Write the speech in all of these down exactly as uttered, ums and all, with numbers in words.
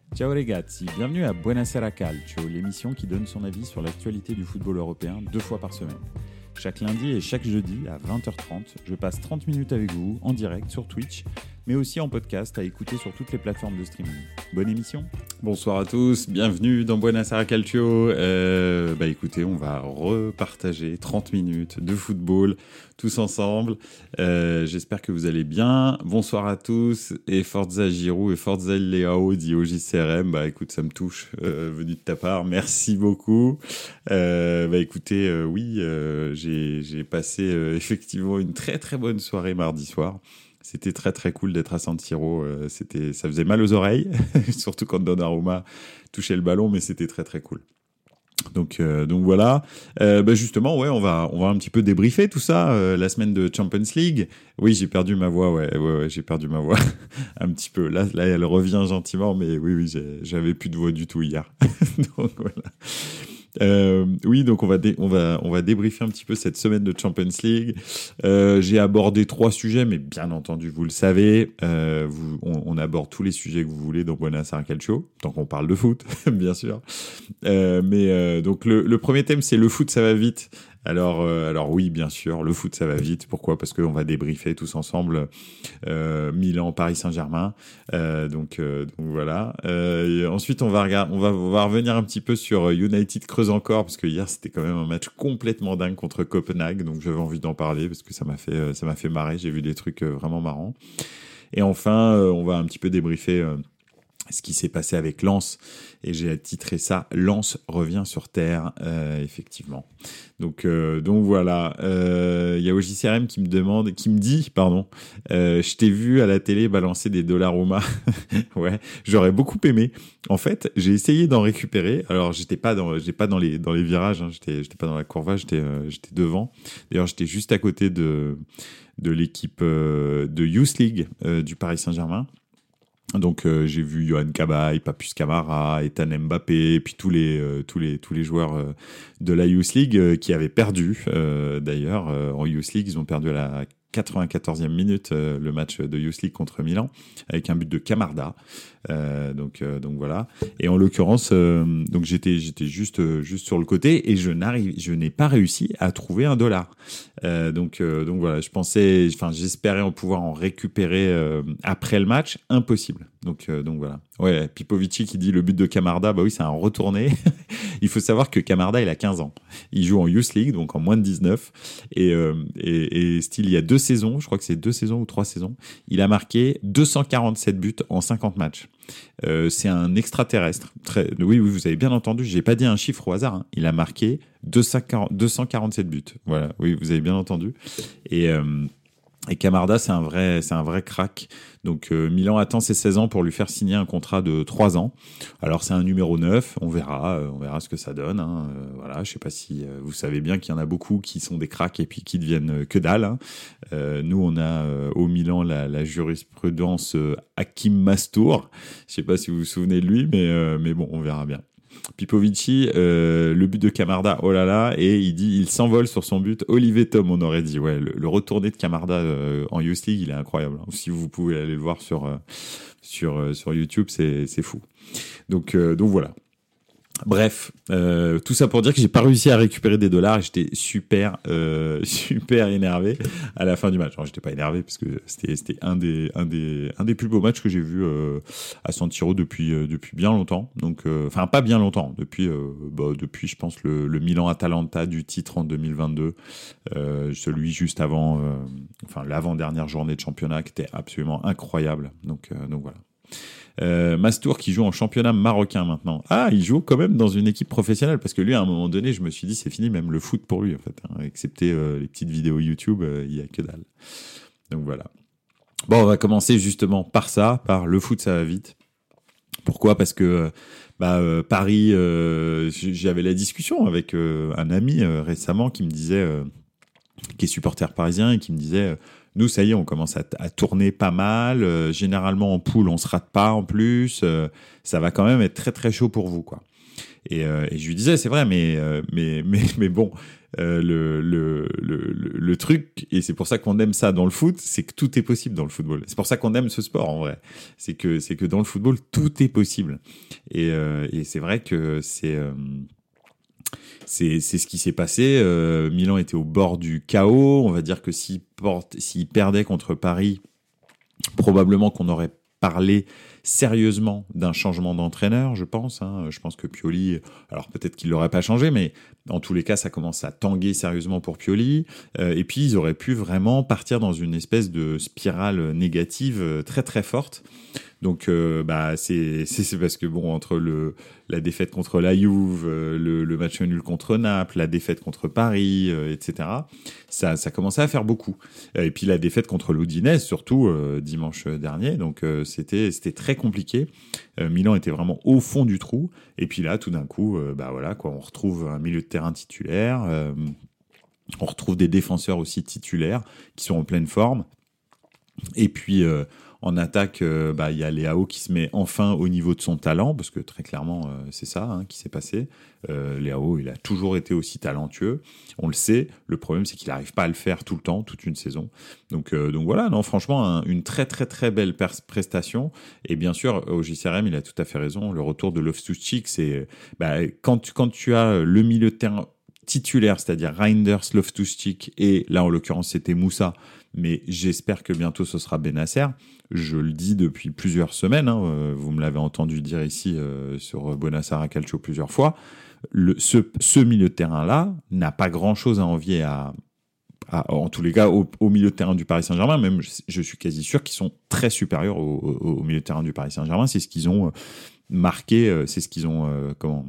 Ciao ragazzi, bienvenue à Buonasera Calcio, l'émission qui donne son avis sur l'actualité du football européen deux fois par semaine. Chaque lundi et chaque jeudi à vingt heures trente, je passe trente minutes avec vous en direct sur Twitch, mais aussi en podcast à écouter sur toutes les plateformes de streaming. Bonne émission. Bonsoir à tous, bienvenue dans Buonasera Calcio. Euh, bah écoutez, on va repartager trente minutes de football tous ensemble. Euh, j'espère que vous allez bien. Bonsoir à tous et Forza Giroud et Forza Leao dit au J C R M. Bah écoute, ça me touche euh, venu de ta part. Merci beaucoup. Euh, bah écoutez, euh, oui, euh, j'ai, j'ai passé euh, effectivement une très très bonne soirée mardi soir. C'était très très cool d'être à San Siro. Euh, c'était, ça faisait mal aux oreilles, surtout quand Donnarumma touchait le ballon, mais c'était très très cool. Donc euh, donc voilà. Euh, bah justement, ouais, on va on va un petit peu débriefer tout ça. Euh, la semaine de Champions League. Oui, j'ai perdu ma voix. Ouais, ouais, ouais j'ai perdu ma voix un petit peu. Là, là, elle revient gentiment, mais oui, oui, j'ai, j'avais plus de voix du tout hier. Donc voilà. Euh, oui, donc on va dé- on va on va débriefer un petit peu cette semaine de Champions League. Euh, j'ai abordé trois sujets, mais bien entendu, vous le savez, euh, vous, on, on aborde tous les sujets que vous voulez dans Buonasera Calcio, tant qu'on parle de foot, bien sûr. Euh, mais euh, donc le, le premier thème, c'est le foot, ça va vite. Alors, euh, alors oui, bien sûr, le foot, ça va vite. Pourquoi ? Parce qu'on va débriefer tous ensemble euh, Milan, Paris Saint-Germain. Euh, donc, euh, donc voilà. Euh, et ensuite, on va, regarder, on, va, on va revenir un petit peu sur United Creuse encore, parce que hier, c'était quand même un match complètement dingue contre Copenhague. Donc, j'avais envie d'en parler, parce que ça m'a fait, ça m'a fait marrer. J'ai vu des trucs vraiment marrants. Et enfin, euh, on va un petit peu débriefer euh, ce qui s'est passé avec Lens, et j'ai titré ça « Lens revient sur Terre euh, », effectivement. Donc, euh, donc voilà, il euh, y a O J C R M qui me demande, qui me dit, pardon, euh, je t'ai vu à la télé balancer des Donnarumma. Ouais, j'aurais beaucoup aimé. En fait, j'ai essayé d'en récupérer. Alors, j'étais pas dans, j'étais pas dans les dans les virages, hein, j'étais j'étais pas dans la courvage, j'étais euh, j'étais devant. D'ailleurs, j'étais juste à côté de de l'équipe euh, de Youth League euh, du Paris Saint-Germain. Donc euh, j'ai vu Yohan Cabaye, Papus Camara, Ethan Mbappé, et puis tous les euh, tous les tous les joueurs euh, de la Youth League euh, qui avaient perdu. Euh, d'ailleurs, euh, en Youth League, ils ont perdu à la quatre-vingt-quatorzième minute euh, le match de Youth League contre Milan avec un but de Camarda. Euh, donc euh, donc voilà. Et en l'occurrence, euh, donc j'étais j'étais juste euh, juste sur le côté et je n'arrive je n'ai pas réussi à trouver un dollar. Euh, donc euh, donc voilà, je pensais, enfin j'espérais en pouvoir en récupérer euh, après le match, impossible. Donc euh, donc voilà. Ouais, Pipovici qui dit le but de Camarda, bah oui, c'est un retourné. Il faut savoir que Camarda, il a quinze ans. Il joue en Youth League, donc en moins de dix-neuf. Et, euh, et, et style, il y a deux saisons, je crois que c'est deux saisons ou trois saisons, il a marqué deux cent quarante-sept buts en cinquante matchs. Euh, c'est un extraterrestre. Très, oui, oui, vous avez bien entendu, j'ai pas dit un chiffre au hasard. Hein. Il a marqué deux cent quarante-sept buts. Voilà, oui, vous avez bien entendu. Et... Euh, Et Camarda, c'est un vrai, c'est un vrai crack. Donc euh, Milan attend ses seize ans pour lui faire signer un contrat de trois ans. Alors c'est un numéro neuf, on verra, euh, on verra ce que ça donne. Hein. Euh, voilà, je sais pas si euh, vous savez bien qu'il y en a beaucoup qui sont des cracks et puis qui deviennent que dalle. Hein. Euh, nous, on a euh, au Milan la, la jurisprudence euh, Hakim Mastour. Je sais pas si vous vous souvenez de lui, mais euh, mais bon, on verra bien. Pipovici, euh, le but de Camarda, oh là là, et il dit, il s'envole sur son but. Olivier Tom, on aurait dit, ouais, le, le retourné de Camarda euh, en Youth League, il est incroyable. Hein. Si vous pouvez aller le voir sur euh, sur euh, sur YouTube, c'est c'est fou. Donc euh, donc voilà. Bref, euh, tout ça pour dire que j'ai pas réussi à récupérer des dollars et j'étais super euh, super énervé à la fin du match. Alors j'étais pas énervé parce que c'était c'était un des un des un des plus beaux matchs que j'ai vu euh, à San Siro depuis euh, depuis bien longtemps. Donc enfin euh, pas bien longtemps, depuis euh, bah, depuis je pense le le Milan-Atalanta du titre en deux mille vingt-deux, euh, celui juste avant euh, enfin l'avant-dernière journée de championnat qui était absolument incroyable. Donc euh, donc voilà. Euh, Mastour qui joue en championnat marocain maintenant. Ah, il joue quand même dans une équipe professionnelle parce que lui, à un moment donné, je me suis dit, c'est fini, même le foot pour lui, en fait. Hein, excepté euh, les petites vidéos YouTube, euh, il y a que dalle. Donc voilà. Bon, on va commencer justement par ça, par le foot, ça va vite. Pourquoi ? Parce que bah, euh, Paris, euh, j'avais la discussion avec euh, un ami euh, récemment qui me disait, euh, qui est supporter parisien et qui me disait... Euh, nous, ça y est, on commence à, à tourner pas mal. Euh, généralement, en poule, on se rate pas en plus. Euh, ça va quand même être très, très chaud pour vous, quoi. Et, euh, et je lui disais, c'est vrai, mais euh, mais mais mais bon, euh, le, le le le truc, et c'est pour ça qu'on aime ça dans le foot, c'est que tout est possible dans le football. C'est pour ça qu'on aime ce sport en vrai. C'est que c'est que dans le football tout est possible. Et euh, et c'est vrai que c'est euh, C'est, c'est ce qui s'est passé. Euh, Milan était au bord du chaos. On va dire que s'il, porte, s'il perdait contre Paris, probablement qu'on aurait parlé sérieusement d'un changement d'entraîneur, je pense. Hein. Je pense que Pioli, alors peut-être qu'il l'aurait pas changé, mais en tous les cas, ça commence à tanguer sérieusement pour Pioli. Euh, et puis, ils auraient pu vraiment partir dans une espèce de spirale négative très très forte. Donc, euh, bah, c'est, c'est, c'est parce que bon, entre le, la défaite contre la Juve, euh, le, le match nul contre Naples, la défaite contre Paris, euh, et cetera, ça, ça commençait à faire beaucoup. Et puis la défaite contre l'Udinese, surtout euh, dimanche dernier. Donc, euh, c'était, c'était très compliqué. Euh, Milan était vraiment au fond du trou. Et puis là, tout d'un coup, euh, bah voilà, quoi, on retrouve un milieu de terrain titulaire. Euh, on retrouve des défenseurs aussi titulaires qui sont en pleine forme. Et puis euh, en attaque, euh, bah il y a Leao qui se met enfin au niveau de son talent, parce que très clairement euh, c'est ça hein, qui s'est passé. Euh, Leao, il a toujours été aussi talentueux, on le sait. Le problème c'est qu'il n'arrive pas à le faire tout le temps, toute une saison. Donc euh, donc voilà, non franchement un, une très très très belle pers- prestation. Et bien sûr au J C R M il a tout à fait raison. Le retour de Loftus-Cheek, c'est bah, quand tu, quand tu as le milieu de terrain titulaire, c'est-à-dire Reinders, Loftus-Cheek et là en l'occurrence c'était Moussa. Mais j'espère que bientôt ce sera Bennacer. Je le dis depuis plusieurs semaines, hein, vous me l'avez entendu dire ici euh, sur Buonasera Calcio plusieurs fois. Le, ce, ce milieu de terrain-là n'a pas grand-chose à envier à, à, en tous les cas, au, au milieu de terrain du Paris Saint-Germain. Même, je, je suis quasi sûr qu'ils sont très supérieurs au, au, au milieu de terrain du Paris Saint-Germain. C'est ce qu'ils ont marqué, c'est ce qu'ils ont euh, comment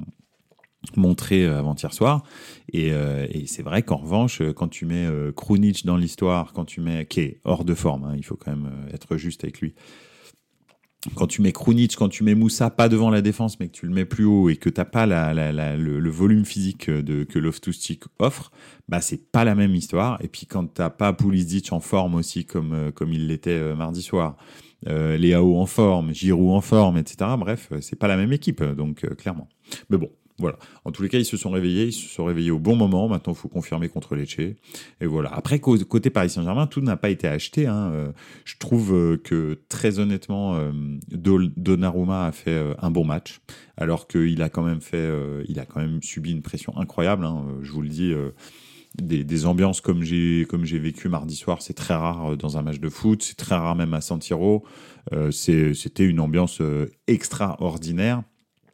montré avant-hier soir. Et, euh, et c'est vrai qu'en revanche, quand tu mets euh, Krunic dans l'histoire, quand tu mets qui est hors de forme, hein, il faut quand même être juste avec lui. Quand tu mets Krunic, quand tu mets Moussa pas devant la défense, mais que tu le mets plus haut et que t'as pas la, la, la, le, le volume physique de, que Loftus-Cheek offre, bah c'est pas la même histoire. Et puis quand t'as pas Pulisic en forme aussi comme comme il l'était mardi soir, euh, Leao en forme, Giroud en forme, et cetera. Bref, c'est pas la même équipe, donc euh, clairement. Mais bon. Voilà. En tous les cas, ils se sont réveillés, ils se sont réveillés au bon moment. Maintenant, il faut confirmer contre Lecce. Et voilà. Après, côté Paris Saint-Germain, tout n'a pas été acheté. Hein. Euh, je trouve que, très honnêtement, euh, Donnarumma a fait euh, un bon match, alors qu'il a quand même fait, euh, il a quand même subi une pression incroyable. Hein. Je vous le dis. Euh, Des, des ambiances comme j'ai comme j'ai vécu mardi soir, c'est très rare dans un match de foot, c'est très rare même à San Siro. Euh, c'est, c'était une ambiance euh, extraordinaire.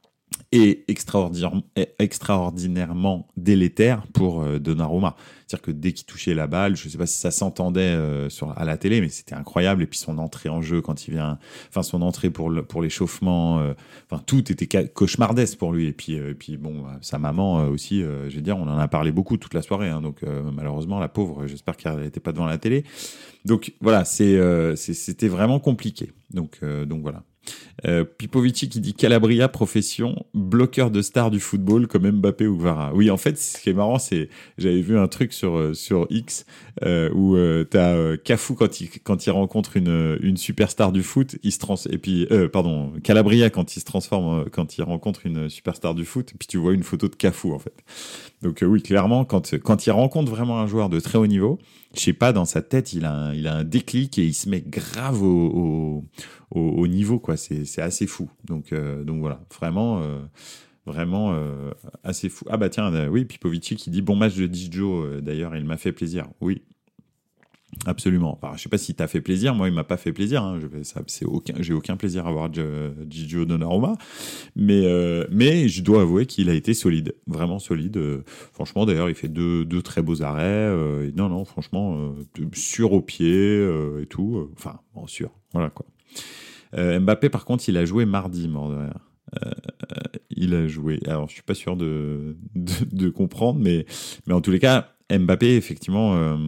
Et extraordinaire, extraordinairement délétère pour euh, Donnarumma. C'est-à-dire que dès qu'il touchait la balle, je ne sais pas si ça s'entendait euh, sur, à la télé, mais c'était incroyable. Et puis son entrée en jeu quand il vient, enfin son entrée pour, le, pour l'échauffement, euh, enfin tout était ca- cauchemardesque pour lui. Et puis, euh, et puis bon, sa maman euh, aussi, euh, je veux dire, on en a parlé beaucoup toute la soirée. Hein, donc euh, malheureusement, la pauvre, j'espère qu'elle n'était pas devant la télé. Donc voilà, c'est, euh, c'est, c'était vraiment compliqué. Donc, euh, donc voilà. Euh, Pipovici qui dit Calabria, profession, bloqueur de stars du football comme Mbappé ou Vara. Oui, en fait, ce qui est marrant, c'est j'avais vu un truc sur euh, sur X euh, où euh, t'as euh, Cafu quand il quand il rencontre une une superstar du foot, il se trans et puis euh, pardon Calabria quand il se transforme euh, quand il rencontre une superstar du foot, et puis tu vois une photo de Cafu en fait. Donc euh, oui, clairement, quand quand il rencontre vraiment un joueur de très haut niveau, je sais pas, dans sa tête, il a un, il a un déclic et il se met grave au, au, au, au niveau, quoi. C'est, c'est assez fou. Donc, euh, donc voilà, vraiment, euh, vraiment euh, assez fou. Ah bah tiens, euh, oui, Pipovici qui dit bon match de Gigio. Euh, d'ailleurs, il m'a fait plaisir. Oui. Absolument. Enfin, je sais pas si t'as fait plaisir. Moi, il m'a pas fait plaisir. Hein. Je, ça, c'est aucun, j'ai aucun plaisir à voir Gigio Donnarumma. Mais, euh, mais je dois avouer qu'il a été solide, vraiment solide. Euh, franchement, d'ailleurs, il fait deux, deux très beaux arrêts. Euh, non, non, franchement, euh, sûr au pied euh, et tout. Euh, enfin, bon, sûr. Voilà quoi. Euh, Mbappé, par contre, il a joué mardi, mort de rire. Euh, il a joué. Alors, je suis pas sûr de, de, de comprendre, mais, mais en tous les cas, Mbappé, effectivement. Euh,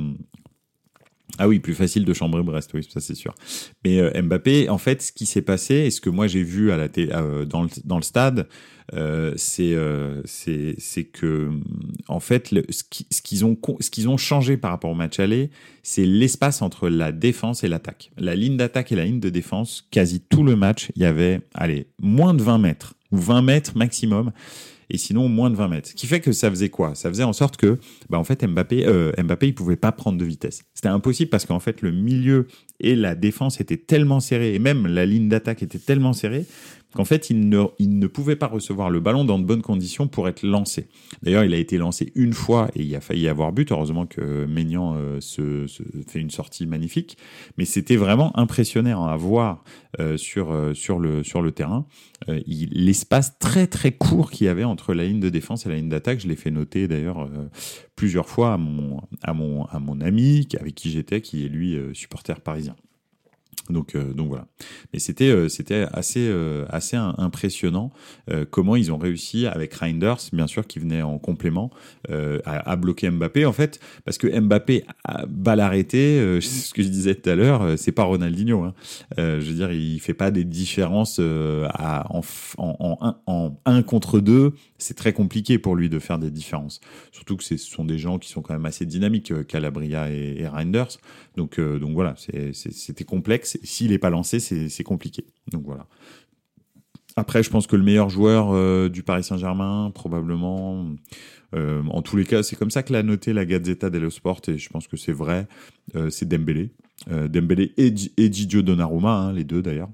Ah oui, plus facile de chambrer Brest, oui, ça c'est sûr. Mais euh, Mbappé, en fait, ce qui s'est passé, et ce que moi j'ai vu à la télé, euh, dans, le, dans le stade, euh, c'est, euh, c'est, c'est que, en fait, le, ce, qui, ce, qu'ils ont, ce qu'ils ont changé par rapport au match aller, c'est l'espace entre la défense et l'attaque. La ligne d'attaque et la ligne de défense, quasi tout le match, il y avait, allez, moins de vingt mètres ou vingt mètres maximum. Et sinon moins de vingt mètres. Ce qui fait que ça faisait quoi ? Ça faisait en sorte que, bah en fait, Mbappé, euh, Mbappé, il pouvait pas prendre de vitesse. C'était impossible parce qu'en fait, le milieu et la défense étaient tellement serrés, et même la ligne d'attaque était tellement serrée, qu'en fait, il ne, il ne pouvait pas recevoir le ballon dans de bonnes conditions pour être lancé. D'ailleurs, il a été lancé une fois et il a failli avoir but. Heureusement que Maignan euh, se, se fait une sortie magnifique. Mais c'était vraiment impressionnant à voir euh, sur, euh, sur, le, sur le terrain. Euh, il, l'espace très très court qu'il y avait entre la ligne de défense et la ligne d'attaque, je l'ai fait noter d'ailleurs euh, plusieurs fois à mon, à, mon, à mon ami avec qui j'étais, qui est lui euh, supporter parisien. Donc, euh, donc voilà. Mais c'était, euh, c'était assez, euh, assez impressionnant euh, comment ils ont réussi avec Reinders, bien sûr, qui venait en complément, euh, à, à bloquer Mbappé. En fait, parce que Mbappé, à balle arrêtée, euh, ce que je disais tout à l'heure, euh, c'est pas Ronaldinho. Hein. Euh, je veux dire, il fait pas des différences euh, à, en, en, en, un, en un contre deux. C'est très compliqué pour lui de faire des différences. Surtout que ce sont des gens qui sont quand même assez dynamiques, euh, Calabria et, et Reinders. Donc, euh, donc voilà, c'est, c'est, c'était complexe. S'il n'est pas lancé, c'est, c'est compliqué. Donc voilà. Après, je pense que le meilleur joueur euh, du Paris Saint-Germain, probablement, euh, en tous les cas, c'est comme ça que l'a noté la Gazzetta dello Sport, et je pense que c'est vrai, euh, c'est Dembélé. Euh, Dembélé et, et Gigio Donnarumma, hein, les deux d'ailleurs.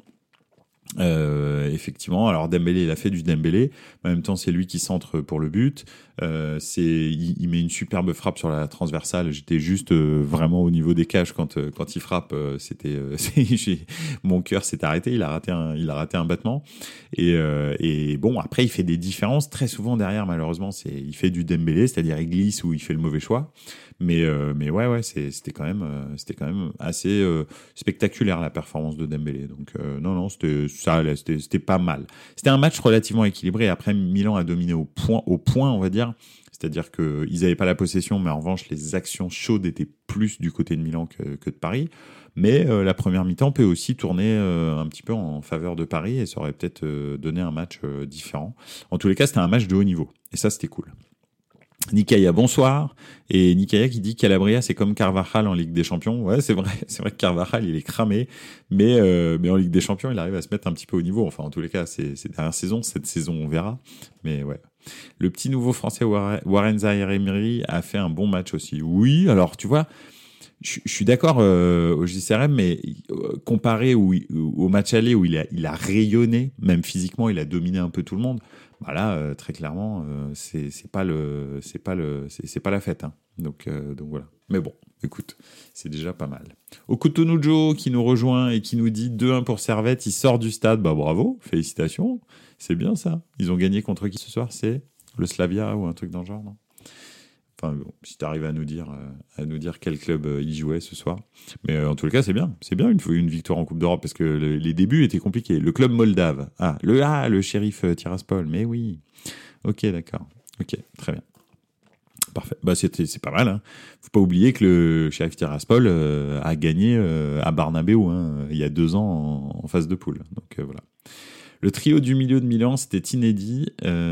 Euh, effectivement, alors Dembélé, il a fait du Dembélé. En même temps, c'est lui qui centre pour le but. Euh, c'est, il, il met une superbe frappe sur la transversale. J'étais juste euh, vraiment au niveau des cages quand euh, quand il frappe. Euh, c'était, euh, j'ai, mon cœur s'est arrêté. Il a raté un, il a raté un battement. Et, euh, et bon, après, il fait des différences très souvent derrière. Malheureusement, c'est, il fait du Dembélé, c'est-à-dire il glisse ou il fait le mauvais choix. Mais euh, mais ouais ouais, c'est, c'était quand même euh, c'était quand même assez euh, spectaculaire la performance de Dembélé. Donc euh, non non, c'était ça allait, c'était c'était pas mal. C'était un match relativement équilibré. Après, Milan a dominé au point au point, on va dire. C'est-à-dire que ils avaient pas la possession, mais en revanche, les actions chaudes étaient plus du côté de Milan que, que de Paris. Mais euh, la première mi-temps peut aussi tourner euh, un petit peu en faveur de Paris et ça aurait peut-être euh, donné un match euh, différent. En tous les cas, c'était un match de haut niveau et ça, c'était cool. Nikaya, bonsoir. Et Nikaya qui dit Calabria, c'est comme Carvajal en Ligue des Champions. Ouais, c'est vrai. C'est vrai que Carvajal, il est cramé. Mais, euh, mais en Ligue des Champions, il arrive à se mettre un petit peu au niveau. Enfin, en tous les cas, c'est, c'est dernière saison. Cette saison, on verra. Mais ouais. Le petit nouveau français Warren Zaïre-Emery a fait un bon match aussi. Oui, alors, tu vois, je, je suis d'accord euh, au J C R M, mais euh, comparé au, au match aller où il a, il a rayonné, même physiquement, il a dominé un peu tout le monde. Bah là, euh, très clairement, euh, c'est, c'est pas le, c'est pas le, c'est, c'est pas la fête. Hein. Donc, euh, donc voilà. Mais bon, écoute, c'est déjà pas mal. Okutonujo qui nous rejoint et qui nous dit deux un pour Servette, il sort du stade. Bah bravo, félicitations, c'est bien ça. Ils ont gagné contre qui ce soir ? C'est le Slavia ou un truc dans le genre, non ? Enfin, bon, si tu arrives à nous dire, euh, à nous dire quel club euh, y jouait ce soir. Mais euh, en tout cas, c'est bien. C'est bien une, une victoire en Coupe d'Europe parce que le, les débuts étaient compliqués. Le club moldave. Ah, le, ah, le shérif euh, Tiraspol. Mais oui. Ok, d'accord. Ok, très bien. Parfait. Bah, c'était, c'est pas mal. Hein. Faut pas oublier que le shérif Tiraspol euh, a gagné euh, à Bernabéu hein, il y a deux ans en, en phase de poule. Donc euh, voilà. Le trio du milieu de Milan, c'était inédit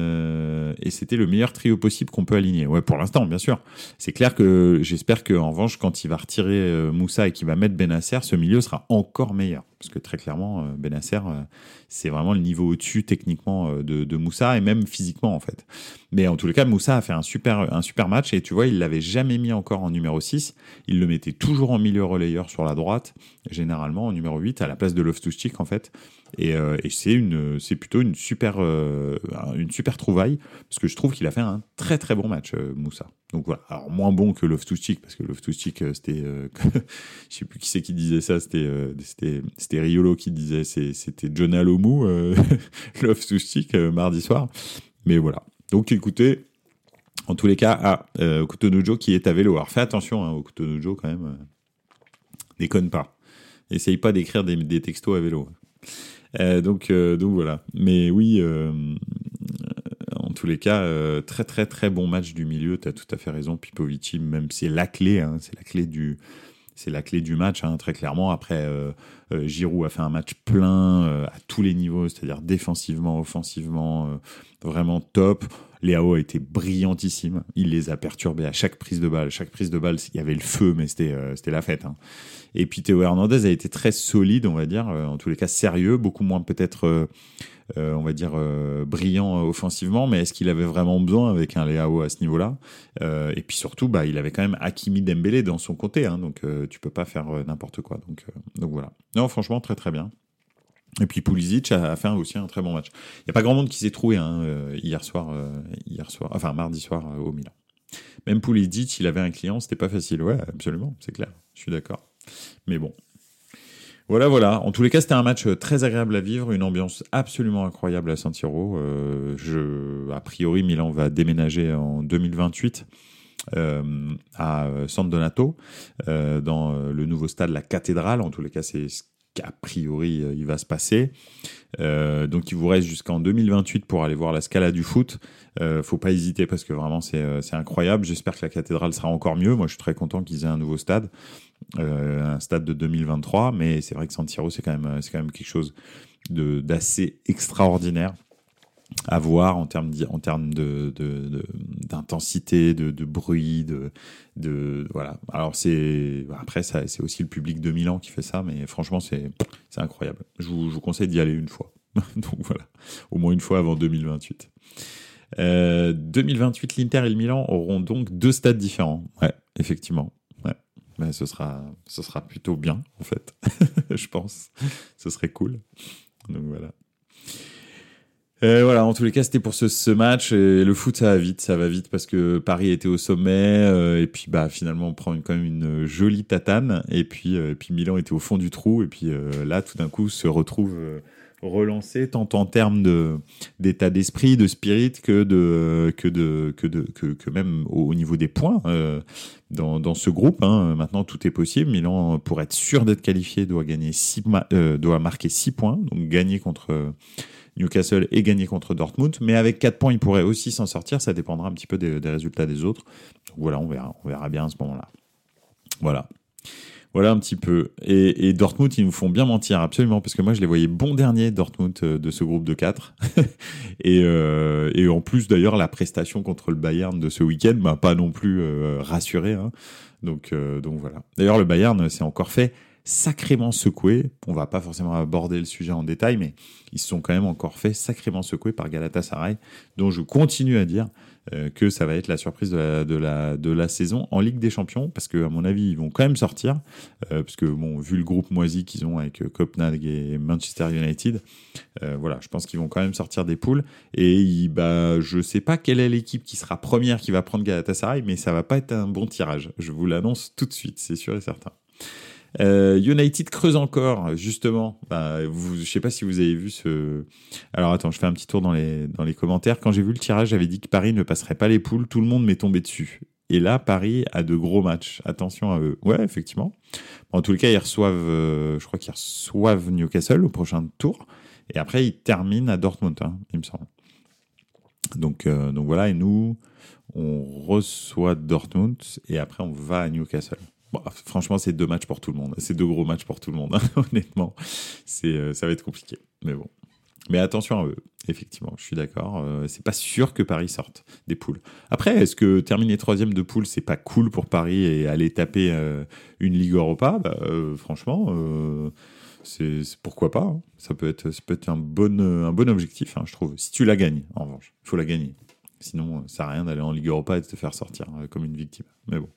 euh, et c'était le meilleur trio possible qu'on peut aligner. Ouais, pour l'instant, bien sûr. C'est clair que j'espère qu'en revanche, quand il va retirer euh, Moussa et qu'il va mettre Bennacer, ce milieu sera encore meilleur. Parce que très clairement, euh, Bennacer, euh, c'est vraiment le niveau au-dessus techniquement euh, de, de Moussa et même physiquement en fait. Mais en tous les cas, Moussa a fait un super, un super match et tu vois, il l'avait jamais mis encore en numéro six. Il le mettait toujours en milieu relayeur sur la droite, généralement en numéro huit, à la place de Loftus-Cheek en fait. Et, euh, et c'est une, c'est plutôt une super, euh, une super trouvaille parce que je trouve qu'il a fait un très très bon match, euh, Moussa. Donc voilà. Alors moins bon que Loftus-Cheek parce que Loftus-Cheek, euh, c'était, euh, je sais plus qui c'est qui disait ça, c'était, euh, c'était, c'était Riolo qui disait, c'est, c'était John Alomou, euh, Loftus-Cheek euh, mardi soir. Mais voilà. Donc écoutez, en tous les cas, ah, euh, Okutonujo qui est à vélo. Alors fais attention, hein, Okutonujo quand même, euh, déconne pas. Essaye pas d'écrire des, des textos à vélo. Euh, donc, euh, donc voilà. Mais oui, euh, en tous les cas, euh, très très très bon match du milieu. T'as tout à fait raison, Pipovici. Même c'est la clé, hein, c'est la clé du, c'est la clé du match, hein, très clairement. Après, euh, euh, Giroud a fait un match plein euh, à tous les niveaux, c'est-à-dire défensivement, offensivement, euh, vraiment top. Léao a été brillantissime. Il les a perturbés à chaque prise de balle. Chaque prise de balle, il y avait le feu, mais c'était, euh, c'était la fête. Hein. Et puis Théo Hernandez a été très solide, on va dire, euh, en tous les cas sérieux, beaucoup moins peut-être euh, euh, on va dire, euh, brillant euh, offensivement, mais est-ce qu'il avait vraiment besoin avec un Leao à ce niveau-là? euh, Et puis surtout, bah, il avait quand même Hakimi Dembélé dans son côté, hein, donc euh, tu peux pas faire euh, n'importe quoi. Donc, euh, donc voilà. Non, franchement, très très bien. Et puis Pulisic a fait aussi un très bon match. Il n'y a pas grand monde qui s'est trouvé hein, euh, hier soir, euh, hier soir, enfin mardi soir euh, au Milan. Même Pulisic, il avait un client, c'était pas facile. Ouais, absolument, c'est clair. Je suis d'accord. Mais bon. Voilà, voilà. En tous les cas, c'était un match très agréable à vivre, une ambiance absolument incroyable à San Siro. Euh, je, a priori, Milan va déménager en deux mille vingt-huit euh, à San Donato, euh, dans le nouveau stade, la Cathédrale. En tous les cas, c'est ce qu'a priori il va se passer. Euh, donc, il vous reste jusqu'en deux mille vingt-huit pour aller voir la Scala du foot. Euh, faut pas hésiter parce que vraiment, c'est, c'est incroyable. J'espère que la Cathédrale sera encore mieux. Moi, je suis très content qu'ils aient un nouveau stade. Euh, un stade de deux mille vingt-trois, mais c'est vrai que San Siro, c'est quand même, c'est quand même quelque chose de, d'assez extraordinaire à voir en termes, en termes de, de, de, d'intensité, de, de bruit, de, de, voilà. Alors c'est, après, ça, c'est aussi le public de Milan qui fait ça, mais franchement, c'est, c'est incroyable. Je vous, je vous conseille d'y aller une fois. Donc voilà, au moins une fois avant deux mille vingt-huit. Euh, deux mille vingt-huit, l'Inter et le Milan auront donc deux stades différents. Ouais, effectivement. Ben, ce sera, ce sera plutôt bien, en fait. Je pense. Ce serait cool. Donc voilà. Et voilà, en tous les cas, c'était pour ce, ce match. Et le foot, ça va vite, ça va vite parce que Paris était au sommet. Euh, et puis, bah, finalement, on prend une, quand même une jolie tatane. Et puis, euh, et puis Milan était au fond du trou. Et puis euh, là, tout d'un coup, se retrouve euh, relancé, tant en termes de, d'état d'esprit, de spirit, que de, que de, que de, que, que même au, au niveau des points. Euh, Dans, dans ce groupe, hein, maintenant tout est possible. Milan, pour être sûr d'être qualifié, doit gagner six ma- euh, doit marquer six points, donc gagner contre euh, Newcastle et gagner contre Dortmund. Mais avec quatre points, il pourrait aussi s'en sortir. Ça dépendra un petit peu des, des résultats des autres. Donc voilà, on verra, on verra bien à ce moment-là. Voilà. Voilà un petit peu. Et, et Dortmund, ils nous font bien mentir, absolument, parce que moi, je les voyais bon dernier, Dortmund, euh, de ce groupe de quatre. et, euh, et en plus, d'ailleurs, la prestation contre le Bayern de ce week-end m'a pas non plus euh, rassuré. Hein. Donc, euh, donc voilà. D'ailleurs, le Bayern s'est encore fait sacrément secouer. On va pas forcément aborder le sujet en détail, mais ils se sont quand même encore fait sacrément secouer par Galatasaray, dont je continue à dire euh, que ça va être la surprise de la, de la, de la saison en Ligue des Champions, parce que à mon avis, ils vont quand même sortir, euh, parce que bon, vu le groupe moisi qu'ils ont avec euh, Copenhague et Manchester United, euh, voilà, je pense qu'ils vont quand même sortir des poules. Et il, bah, je sais pas quelle est l'équipe qui sera première qui va prendre Galatasaray, mais ça va pas être un bon tirage. Je vous l'annonce tout de suite, c'est sûr et certain. Euh, United creuse encore, justement. Bah, vous, je sais pas si vous avez vu ce. Alors attends, je fais un petit tour dans les dans les commentaires. Quand j'ai vu le tirage, j'avais dit que Paris ne passerait pas les poules. Tout le monde m'est tombé dessus. Et là, Paris a de gros matchs. Attention à eux. Ouais, effectivement. Bon, en tous les cas, ils reçoivent, euh, je crois qu'ils reçoivent Newcastle au prochain tour. Et après, ils terminent à Dortmund, hein, il me semble. Donc, euh, donc voilà. Et nous, on reçoit Dortmund et après, on va à Newcastle. Bon, franchement, c'est deux matchs pour tout le monde. C'est deux gros matchs pour tout le monde, hein, honnêtement. C'est, euh, ça va être compliqué. Mais bon. Mais attention à eux. Effectivement, je suis d'accord. Euh, c'est pas sûr que Paris sorte des poules. Après, est-ce que terminer troisième de poule, c'est pas cool pour Paris et aller taper euh, une Ligue Europa? Bah, euh, franchement, euh, c'est, c'est pourquoi pas. Hein. Ça peut être, ça peut être un bon, un bon objectif, hein, je trouve. Si tu la gagnes, en revanche, il faut la gagner. Sinon, ça sert à rien d'aller en Ligue Europa et de te faire sortir euh, comme une victime. Mais bon.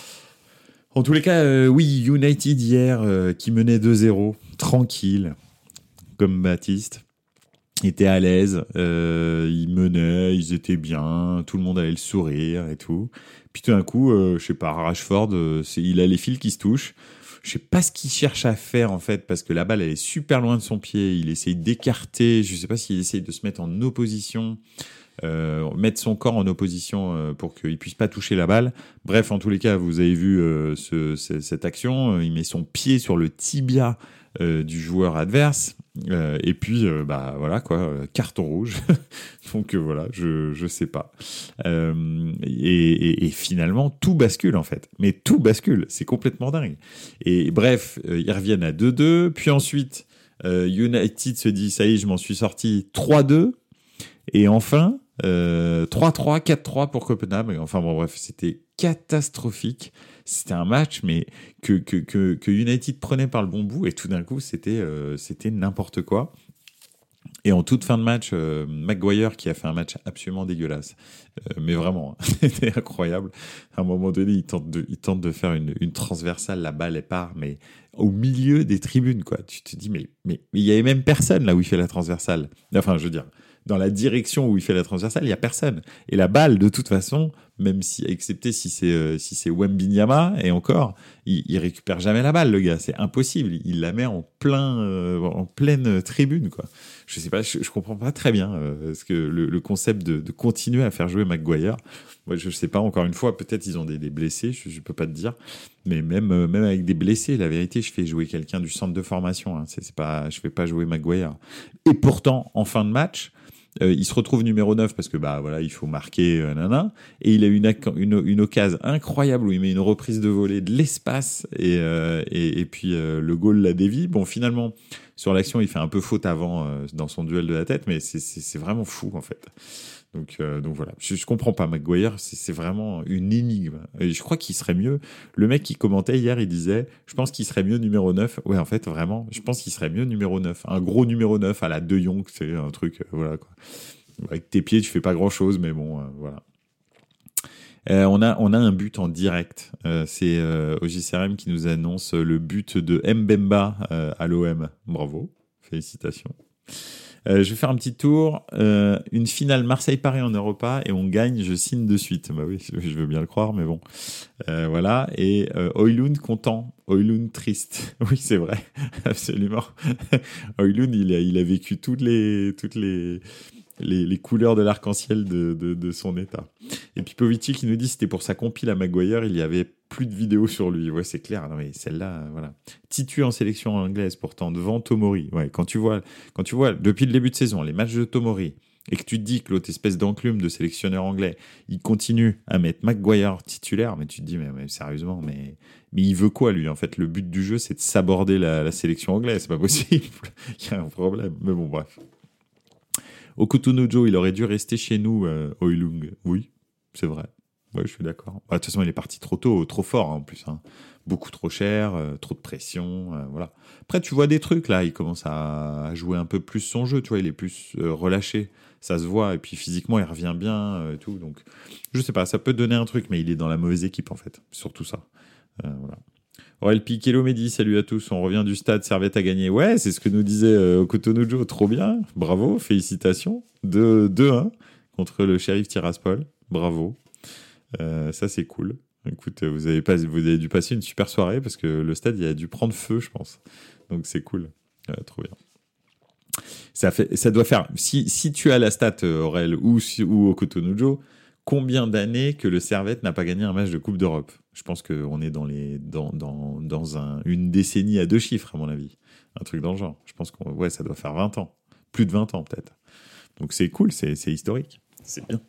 En tous les cas, euh, oui, United hier, euh, qui menait deux zéro, tranquille, comme Baptiste, était à l'aise, euh, ils menaient, ils étaient bien, tout le monde avait le sourire et tout. Puis tout d'un coup, euh, je sais pas, Rashford, euh, c'est, il a les fils qui se touchent. Je sais pas ce qu'il cherche à faire en fait, parce que la balle elle est super loin de son pied, il essaye d'écarter, je sais pas s'il essaye de se mettre en opposition. Euh, mettre son corps en opposition euh, pour qu'il puisse pas toucher la balle. Bref, en tous les cas, vous avez vu euh, ce, ce, cette action. Il met son pied sur le tibia euh, du joueur adverse. Euh, et puis, euh, bah voilà quoi, euh, carton rouge. Donc euh, voilà, je je sais pas. Euh, et, et, et finalement, tout bascule en fait. Mais tout bascule, c'est complètement dingue. Et bref, euh, ils reviennent à deux deux. Puis ensuite, euh, United se dit ça y est, je m'en suis sorti trois deux. Et enfin, euh, trois trois, quatre trois pour Copenhague. Enfin bon, bref, c'était catastrophique. C'était un match, mais que, que, que, que United prenait par le bon bout, et tout d'un coup, c'était, euh, c'était n'importe quoi. Et en toute fin de match, euh, Maguire qui a fait un match absolument dégueulasse, euh, mais vraiment, c'était incroyable. À un moment donné, il tente de, il tente de faire une, une transversale, la balle elle part, mais au milieu des tribunes, quoi. Tu te dis, mais mais mais il y avait même personne là où il fait la transversale. Enfin, je veux dire, dans la direction où il fait la transversale, il y a personne. Et la balle, de toute façon, même si, excepté si c'est euh, si c'est Wembanyama, et encore, il, il récupère jamais la balle, le gars. C'est impossible. Il la met en plein, euh, en pleine tribune, quoi. Je sais pas, je, je comprends pas très bien euh, ce que le, le concept de, de continuer à faire jouer Maguire. Moi, je sais pas. Encore une fois, peut-être ils ont des, des blessés. Je, je peux pas te dire. Mais même euh, même avec des blessés, la vérité, je fais jouer quelqu'un du centre de formation. Hein. C'est, c'est pas, je fais pas jouer Maguire. Et pourtant, en fin de match. Euh, il se retrouve numéro neuf parce que bah voilà, il faut marquer euh, nana, et il a une une une occasion incroyable où il met une reprise de volée de l'espace et euh, et, et puis euh, le goal la dévie. Bon, finalement sur l'action, il fait un peu faute avant euh, dans son duel de la tête, mais c'est c'est c'est vraiment fou en fait. Donc, euh, donc voilà, je, je comprends pas Maguire, c'est, c'est vraiment une énigme. Et je crois qu'il serait mieux. Le mec qui commentait hier, il disait, je pense qu'il serait mieux numéro neuf. Ouais, en fait, vraiment, je pense qu'il serait mieux numéro neuf. Un gros numéro neuf à la De Jong, c'est un truc, euh, voilà quoi. Avec tes pieds, tu fais pas grand chose, mais bon, euh, voilà. Euh, on a on a un but en direct. Euh, c'est euh, O J C R M qui nous annonce le but de Mbemba euh, à l'O M. Bravo, félicitations. Euh, je vais faire un petit tour. Euh, une finale Marseille-Paris en Europa et on gagne, je signe de suite. Bah oui, je veux bien le croire, mais bon. Euh, voilà. Et euh, Højlund content, Højlund triste. Oui, c'est vrai, absolument. Højlund, il a, il a vécu toutes les, toutes les, les, les couleurs de l'arc-en-ciel de, de, de son état. Et puis Povici qui nous dit c'était pour sa compile à Maguire, il y avait plus de vidéos sur lui. Ouais, c'est clair. Non, mais celle-là, euh, voilà. Titu en sélection anglaise pourtant devant Tomori. Ouais, quand tu vois, quand tu vois depuis le début de saison les matchs de Tomori et que tu te dis que l'autre espèce d'enclume de sélectionneur anglais, il continue à mettre Maguire titulaire, mais tu te dis mais, mais sérieusement, mais mais il veut quoi lui en fait? Le but du jeu, c'est de s'aborder la, la sélection anglaise. C'est pas possible. Il y a un problème. Mais bon, bref. Okutunujo, il aurait dû rester chez nous, euh, Højlund. Oui, c'est vrai. Ouais, je suis d'accord. Bah, de toute façon, il est parti trop tôt, trop fort hein, en plus. Hein. Beaucoup trop cher, euh, trop de pression, euh, voilà. Après, tu vois des trucs là, il commence à, à jouer un peu plus son jeu, tu vois, il est plus euh, relâché, ça se voit, et puis physiquement, il revient bien euh, et tout. Donc, je sais pas, ça peut donner un truc, mais il est dans la mauvaise équipe en fait, surtout ça. Euh, voilà. Aurel Piquelo Mehdi, salut à tous. On revient du stade, Servette a gagné. Ouais, c'est ce que nous disait euh, Okutunujo, trop bien, bravo, félicitations. deux un contre le Sheriff Tiraspol, bravo. Euh, ça c'est cool. Écoute, vous avez, pas, vous avez dû passer une super soirée parce que le stade il a dû prendre feu, je pense. Donc c'est cool, euh, trop bien. Ça fait, ça doit faire. Si si tu as la stat Aurel ou ou Okutunujo, combien d'années que le Servette n'a pas gagné un match de Coupe d'Europe? Je pense qu'on est dans les dans dans dans un, une décennie à deux chiffres à mon avis, un truc dans le genre. Je pense qu'on ouais ça doit faire vingt ans, plus de vingt ans peut-être. Donc c'est cool, c'est c'est historique, c'est bien.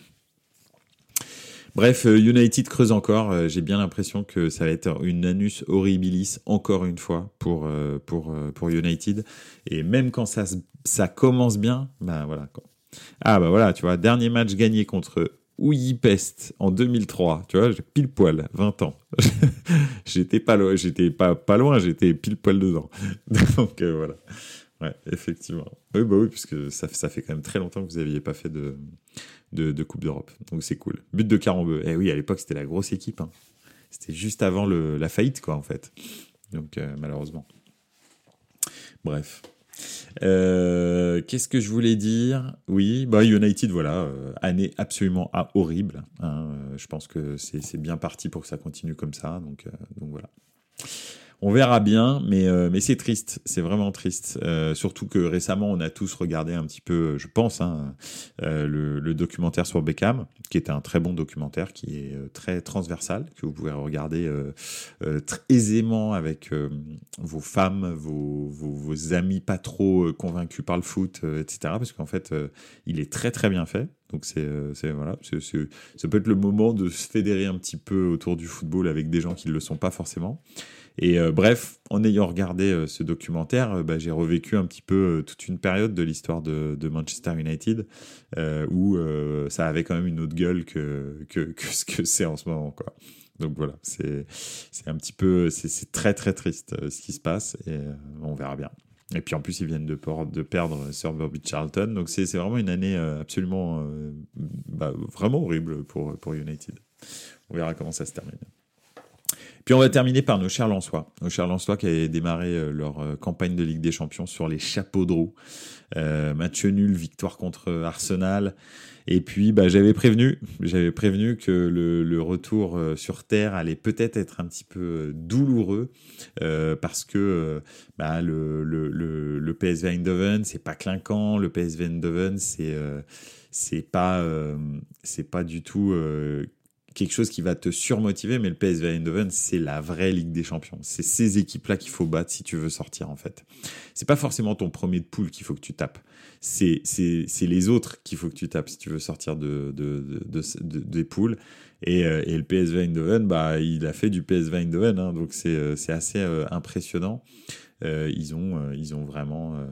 Bref, United creuse encore. J'ai bien l'impression que ça va être une annus horribilis encore une fois pour pour pour United. Et même quand ça ça commence bien, ben voilà quoi. Ah bah voilà, tu vois, dernier match gagné contre Újpest en deux mille trois. Tu vois, j'ai pile poil, vingt ans. j'étais pas loin, j'étais pas pas loin, j'étais pile poil dedans. Donc euh, voilà. Ouais, effectivement. Oui, bah oui, puisque ça, ça fait quand même très longtemps que vous n'aviez pas fait de, de, de Coupe d'Europe. Donc c'est cool. But de Carambeu. Eh oui, à l'époque, c'était la grosse équipe. Hein. C'était juste avant le, la faillite, quoi, en fait. Donc, euh, malheureusement. Bref. Euh, qu'est-ce que je voulais dire? Oui, bah United, voilà, euh, année absolument ah, horrible. Hein. Je pense que c'est, c'est bien parti pour que ça continue comme ça. Donc, euh, donc voilà. On verra bien, mais euh, mais c'est triste, c'est vraiment triste. Euh, surtout que récemment, on a tous regardé un petit peu, je pense, hein, euh, le, le documentaire sur Beckham, qui était un très bon documentaire, qui est euh, très transversal, que vous pouvez regarder euh, euh, très aisément avec euh, vos femmes, vos, vos vos amis pas trop euh, convaincus par le foot, euh, et cetera. Parce qu'en fait, euh, il est très très bien fait. Donc c'est euh, c'est voilà, c'est, c'est, ça peut être le moment de se fédérer un petit peu autour du football avec des gens qui ne le sont pas forcément. Et euh, bref, en ayant regardé euh, ce documentaire, euh, bah, j'ai revécu un petit peu euh, toute une période de l'histoire de, de Manchester United euh, où euh, ça avait quand même une autre gueule que, que, que ce que c'est en ce moment, quoi. Donc voilà, c'est, c'est un petit peu, c'est, c'est très très triste euh, ce qui se passe et euh, on verra bien. Et puis en plus, ils viennent de, de perdre Sir Bobby Charlton. Donc c'est, c'est vraiment une année absolument euh, bah, vraiment horrible pour, pour United. On verra comment ça se termine. Puis on va terminer par nos chers Lensois. Nos chers Lensois qui avaient démarré euh, leur euh, campagne de Ligue des Champions sur les chapeaux de roue. Euh, match nul, victoire contre Arsenal. Et puis bah, j'avais prévenu, j'avais prévenu que le, le retour euh, sur terre allait peut-être être un petit peu euh, douloureux euh, parce que euh, bah, le, le, le, le P S V Eindhoven c'est pas clinquant, le P S V Eindhoven c'est euh, c'est pas euh, c'est pas du tout euh, quelque chose qui va te surmotiver, mais le P S V Eindhoven, c'est la vraie Ligue des Champions. C'est ces équipes-là qu'il faut battre si tu veux sortir, en fait. C'est pas forcément ton premier de poule qu'il faut que tu tapes. C'est, c'est, c'est les autres qu'il faut que tu tapes si tu veux sortir de, de, de, de, de des poules. Et, euh, et le P S V Eindhoven, bah, il a fait du P S V Eindhoven, hein, donc c'est, euh, c'est assez euh, impressionnant. Euh, ils ont, euh, ils ont vraiment euh,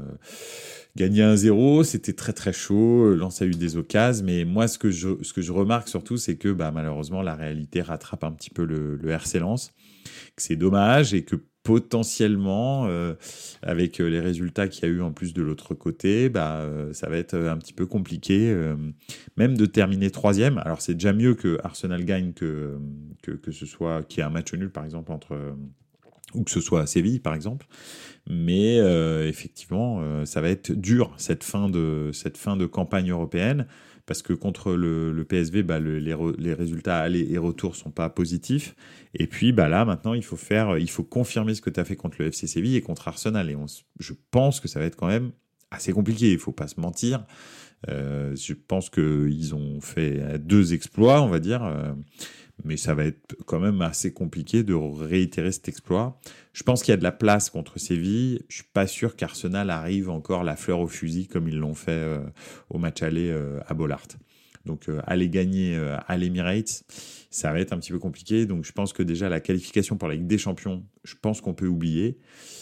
gagné un zéro, c'était très très chaud, Lens a eu des occasions, mais moi ce que je, ce que je remarque surtout, c'est que bah, malheureusement la réalité rattrape un petit peu le, le R C Lens, que c'est dommage et que potentiellement, euh, avec les résultats qu'il y a eu en plus de l'autre côté, bah, euh, ça va être un petit peu compliqué, euh, même de terminer troisième. Alors c'est déjà mieux que Arsenal gagne que, que, que ce soit, qu'il y ait un match nul par exemple entre... Euh, ou que ce soit à Séville par exemple, mais euh, effectivement euh, ça va être dur cette fin de cette fin de campagne européenne parce que contre le, le P S V bah, le, les, re, les résultats aller et retour sont pas positifs et puis bah là maintenant il faut faire il faut confirmer ce que tu as fait contre le F C Séville et contre Arsenal et on, je pense que ça va être quand même assez compliqué, il faut pas se mentir. Euh, je pense que ils ont fait deux exploits on va dire. Euh, mais ça va être quand même assez compliqué de réitérer cet exploit. Je pense qu'il y a de la place contre Séville. Je suis pas sûr qu'Arsenal arrive encore la fleur au fusil comme ils l'ont fait euh, au match aller euh, à Bollaert. Donc euh, aller gagner euh, à l'Emirates, ça va être un petit peu compliqué. Donc je pense que déjà la qualification pour la Ligue des Champions, je pense qu'on peut oublier.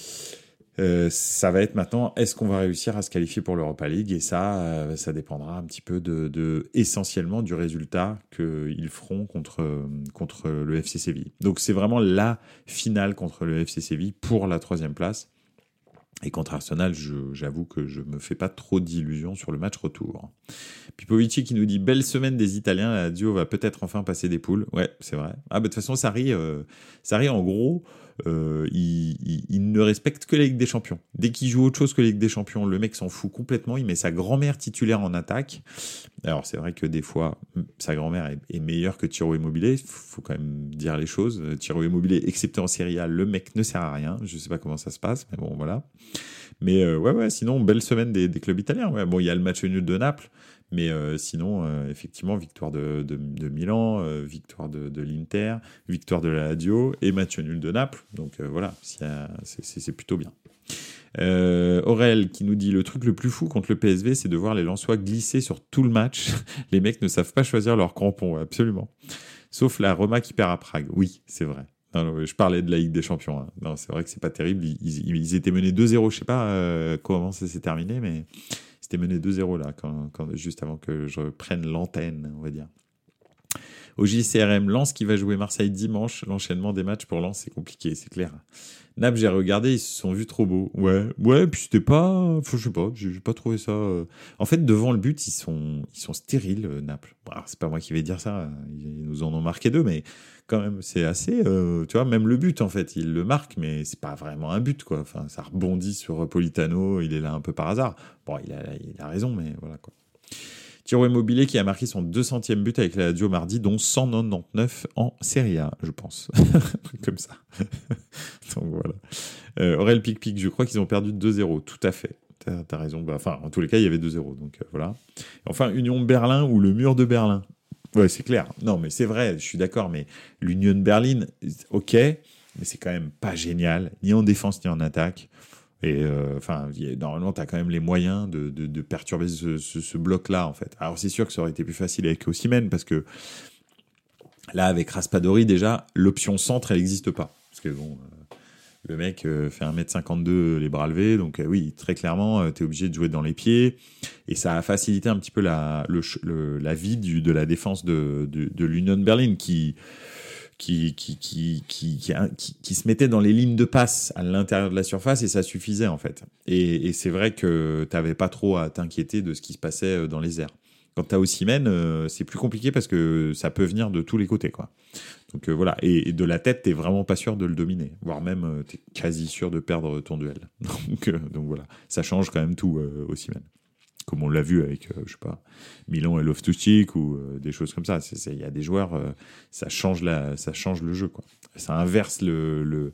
Euh, ça va être maintenant, est-ce qu'on va réussir à se qualifier pour l'Europa League? Et ça, euh, ça dépendra un petit peu de, de essentiellement du résultat qu'ils feront contre, contre le F C Séville. Donc c'est vraiment la finale contre le F C Séville pour la troisième place. Et contre Arsenal, je, j'avoue que je me fais pas trop d'illusions sur le match retour. Pipovici qui nous dit « Belle semaine des Italiens, la Lazio va peut-être enfin passer des poules. » Ouais, c'est vrai. Ah bah de toute façon, Sarri, euh, Sarri en gros... Euh, il, il, il ne respecte que la Ligue des Champions. Dès qu'il joue autre chose que la Ligue des Champions, le mec s'en fout complètement. Il met sa grand-mère titulaire en attaque. Alors c'est vrai que des fois, sa grand-mère est, est meilleure que Ciro Immobile. Il faut quand même dire les choses. Ciro Immobile, excepté en Serie A, le mec ne sert à rien. Je sais pas comment ça se passe, mais bon voilà. Mais euh, ouais ouais, sinon belle semaine des, des clubs italiens. Ouais, bon, il y a le match nul de Naples. Mais euh, sinon, euh, effectivement, victoire de, de, de Milan, euh, victoire de, de l'Inter, victoire de la Lazio et match nul de Naples. Donc euh, voilà, c'est, c'est, c'est plutôt bien. Euh, Aurel qui nous dit « Le truc le plus fou contre le P S V, c'est de voir les Lensois glisser sur tout le match. Les mecs ne savent pas choisir leurs crampons. » Absolument. Sauf la Roma qui perd à Prague. Oui, c'est vrai. Non, non, je parlais de la Ligue des Champions. Hein. Non, c'est vrai que c'est pas terrible. Ils, ils, ils étaient menés deux zéro. Je sais pas euh, comment ça s'est terminé, mais... C'était mené deux zéro là, quand, quand, juste avant que je prenne l'antenne, on va dire. Au J C R M, Lens qui va jouer Marseille dimanche. L'enchaînement des matchs pour Lens, c'est compliqué, c'est clair. Naples, j'ai regardé, ils se sont vus trop beaux. Ouais, ouais, puis c'était pas... Enfin, je sais pas, j'ai pas trouvé ça... Euh... En fait, devant le but, ils sont, ils sont stériles, euh, Naples. Bon, alors, c'est pas moi qui vais dire ça, ils nous en ont marqué deux, mais quand même, c'est assez... Euh, tu vois, même le but, en fait, ils le marquent, mais c'est pas vraiment un but, quoi. Enfin, ça rebondit sur Politano, il est là un peu par hasard. Bon, il a, il a raison, mais voilà, quoi. Ciro Immobile qui a marqué son deux centième but avec la Lazio mardi, dont cent quatre-vingt-dix-neuf en Serie A, je pense. Un truc comme ça. Donc voilà. Euh, Aurel Pic-Pic, je crois qu'ils ont perdu deux zéro. Tout à fait. T'as, t'as raison. Bah, enfin, en tous les cas, il y avait deux zéro. Donc euh, voilà. Enfin, Union Berlin ou le mur de Berlin. Ouais, c'est clair. Non, mais c'est vrai, je suis d'accord. Mais l'Union Berlin, ok, mais c'est quand même pas génial, ni en défense ni en attaque. Et enfin, euh, normalement, tu as quand même les moyens de, de, de perturber ce, ce, ce bloc-là, en fait. Alors, c'est sûr que ça aurait été plus facile avec Osimhen, parce que là, avec Raspadori, déjà, l'option centre, elle n'existe pas. Parce que bon, euh, le mec euh, fait un mètre cinquante-deux, les bras levés, donc euh, oui, très clairement, euh, tu es obligé de jouer dans les pieds. Et ça a facilité un petit peu la, le, le, la vie du, de la défense de, de, de l'Union Berlin, qui... qui qui, qui, qui, qui, qui, qui se mettait dans les lignes de passe à l'intérieur de la surface et ça suffisait en fait. Et, et c'est vrai que tu n'avais pas trop à t'inquiéter de ce qui se passait dans les airs. Quand tu as Osimhen, euh, c'est plus compliqué parce que ça peut venir de tous les côtés, quoi. Donc euh, voilà, et, et de la tête, t'es vraiment pas sûr de le dominer, voire même euh, t'es quasi sûr de perdre ton duel. Donc, euh, donc voilà, ça change quand même tout, euh, Osimhen. Comme on l'a vu avec, euh, je sais pas, Milan et Loftus-Cheek ou euh, des choses comme ça. Il y a des joueurs, euh, ça change la, ça change le jeu, quoi. Ça inverse le, le,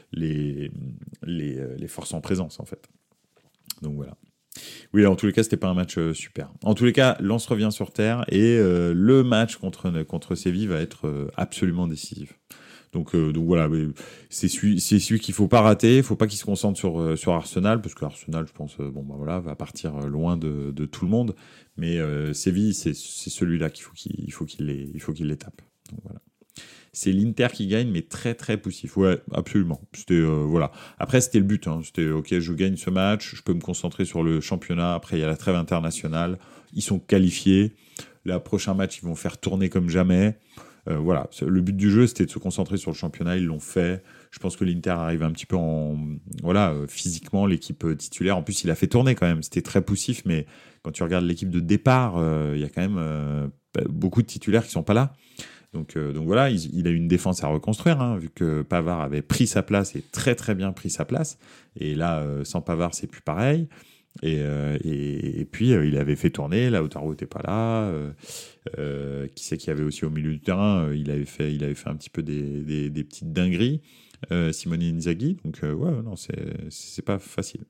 les, les, euh, les forces en présence, en fait. Donc voilà. Oui, en tous les cas, c'était pas un match euh, super. En tous les cas, Lens revient sur terre et euh, le match contre contre Séville va être euh, absolument décisif. Donc euh, donc voilà, c'est celui c'est celui qu'il faut pas rater. Il faut pas qu'il se concentre sur euh, sur Arsenal parce que Arsenal, je pense, euh, bon bah voilà, va partir loin de de tout le monde. Mais euh, Séville, c'est c'est celui-là qu'il faut qu'il il faut qu'il les il faut qu'il les tape. Donc voilà. C'est l'Inter qui gagne, mais très très poussif. Ouais, absolument. C'était euh, voilà. Après, c'était le but. Hein. C'était ok, je gagne ce match, je peux me concentrer sur le championnat. Après, il y a la trêve internationale. Ils sont qualifiés. Le prochain match, ils vont faire tourner comme jamais. Euh, voilà. Le but du jeu, c'était de se concentrer sur le championnat. Ils l'ont fait. Je pense que l'Inter arrive un petit peu en voilà euh, physiquement l'équipe titulaire. En plus, il a fait tourner quand même. C'était très poussif, mais quand tu regardes l'équipe de départ, euh, il y a quand même euh, beaucoup de titulaires qui sont pas là. Donc, euh, donc voilà, il, il a une défense à reconstruire, hein, vu que Pavard avait pris sa place et très très bien pris sa place. Et là, euh, sans Pavard, c'est plus pareil. Et, euh, et, et puis, euh, il avait fait tourner, Lautaro n'était pas là. Euh, euh, qui c'est qu'il y avait aussi au milieu du terrain, euh, il, avait fait, il avait fait un petit peu des, des, des petites dingueries, euh, Simone Inzaghi. Donc euh, ouais, non, c'est, c'est pas facile.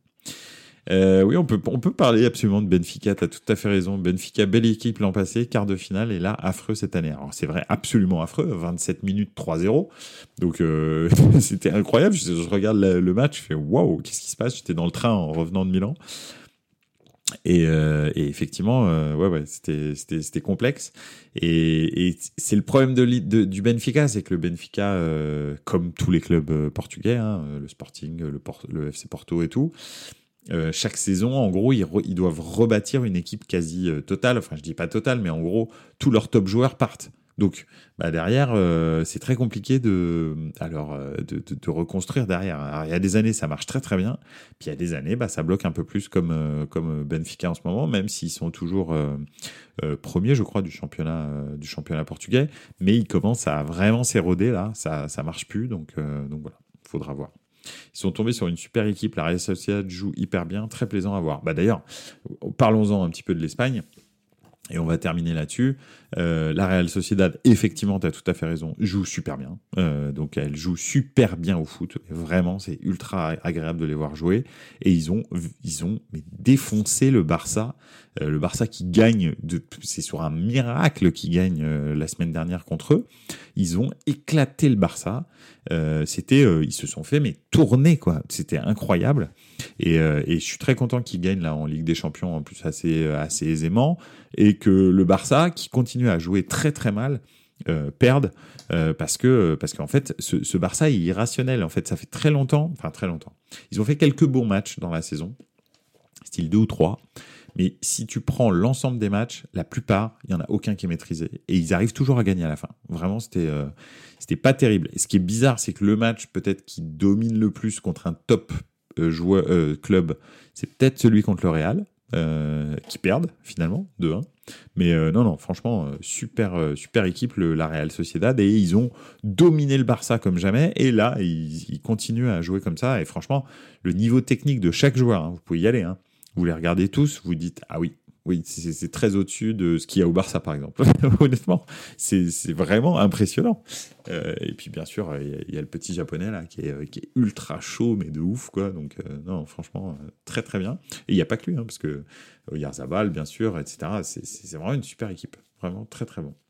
Euh, oui, on peut, on peut parler absolument de Benfica, tu as tout à fait raison. Benfica, belle équipe l'an passé, quart de finale, et là, affreux cette année. Alors, c'est vrai, absolument affreux, vingt-sept minutes, trois zéro. Donc, euh, c'était incroyable. Je, je regarde le, le match, je fais waouh, qu'est-ce qui se passe? J'étais dans le train en revenant de Milan. Et, euh, et effectivement, euh, ouais, ouais, c'était, c'était, c'était complexe. Et, et c'est le problème de, de, du Benfica, c'est que le Benfica, euh, comme tous les clubs euh, portugais, hein, le Sporting, le, Port, le F C Porto et tout, Euh, chaque saison, en gros, ils, re, ils doivent rebâtir une équipe quasi euh, totale. Enfin, je dis pas totale, mais en gros, tous leurs top joueurs partent. Donc, bah, derrière, euh, c'est très compliqué de, alors, euh, de, de, de reconstruire derrière. Alors, il y a des années, ça marche très très bien. Puis il y a des années, bah, ça bloque un peu plus comme, euh, comme Benfica en ce moment, même s'ils sont toujours euh, euh, premiers, je crois, du championnat, euh, du championnat portugais. Mais ils commencent à vraiment s'éroder là. Ça, ça marche plus. Donc, euh, donc voilà, faudra voir. Ils sont tombés sur une super équipe. La Real Sociedad joue hyper bien, très plaisant à voir. Bah d'ailleurs, parlons-en un petit peu de l'Espagne. Et on va terminer là-dessus. Euh, la Real Sociedad, effectivement, tu as tout à fait raison, joue super bien. Euh, donc, elle joue super bien au foot. Vraiment, c'est ultra agréable de les voir jouer. Et ils ont, ils ont mais défoncé le Barça. Euh, le Barça qui gagne, de, c'est sur un miracle qui gagne euh, la semaine dernière contre eux. Ils ont éclaté le Barça. Euh, c'était, euh, ils se sont fait mais tourner quoi. C'était incroyable. Et, euh, et je suis très content qu'ils gagnent là en Ligue des Champions en plus assez assez aisément et que le Barça qui continue à jouer très très mal euh, perde euh, parce que parce qu'en fait ce, ce Barça est irrationnel. En fait, ça fait très longtemps, enfin très longtemps. Ils ont fait quelques bons matchs dans la saison, style deux ou trois. Mais si tu prends l'ensemble des matchs, la plupart, il n'y en a aucun qui est maîtrisé. Et ils arrivent toujours à gagner à la fin. Vraiment, c'était, euh, c'était pas terrible. Et ce qui est bizarre, c'est que le match, peut-être, qui domine le plus contre un top euh, joueur, euh, club, c'est peut-être celui contre le Real, euh, qui perdent, finalement, deux un. Mais euh, non, non, franchement, euh, super, euh, super équipe, le, la Real Sociedad. Et ils ont dominé le Barça comme jamais. Et là, ils, ils continuent à jouer comme ça. Et franchement, le niveau technique de chaque joueur, hein, vous pouvez y aller, hein. Vous les regardez tous, vous dites ah oui, oui, c'est, c'est très au-dessus de ce qu'il y a au Barça par exemple. Honnêtement, c'est, c'est vraiment impressionnant. Euh, et puis bien sûr, il y, y a le petit japonais là qui est, qui est ultra chaud mais de ouf quoi. Donc euh, non, franchement, euh, très très bien. Et il y a pas que lui, hein, parce que euh, y a Zabal bien sûr, et cetera. C'est, c'est, c'est vraiment une super équipe, vraiment très très bon.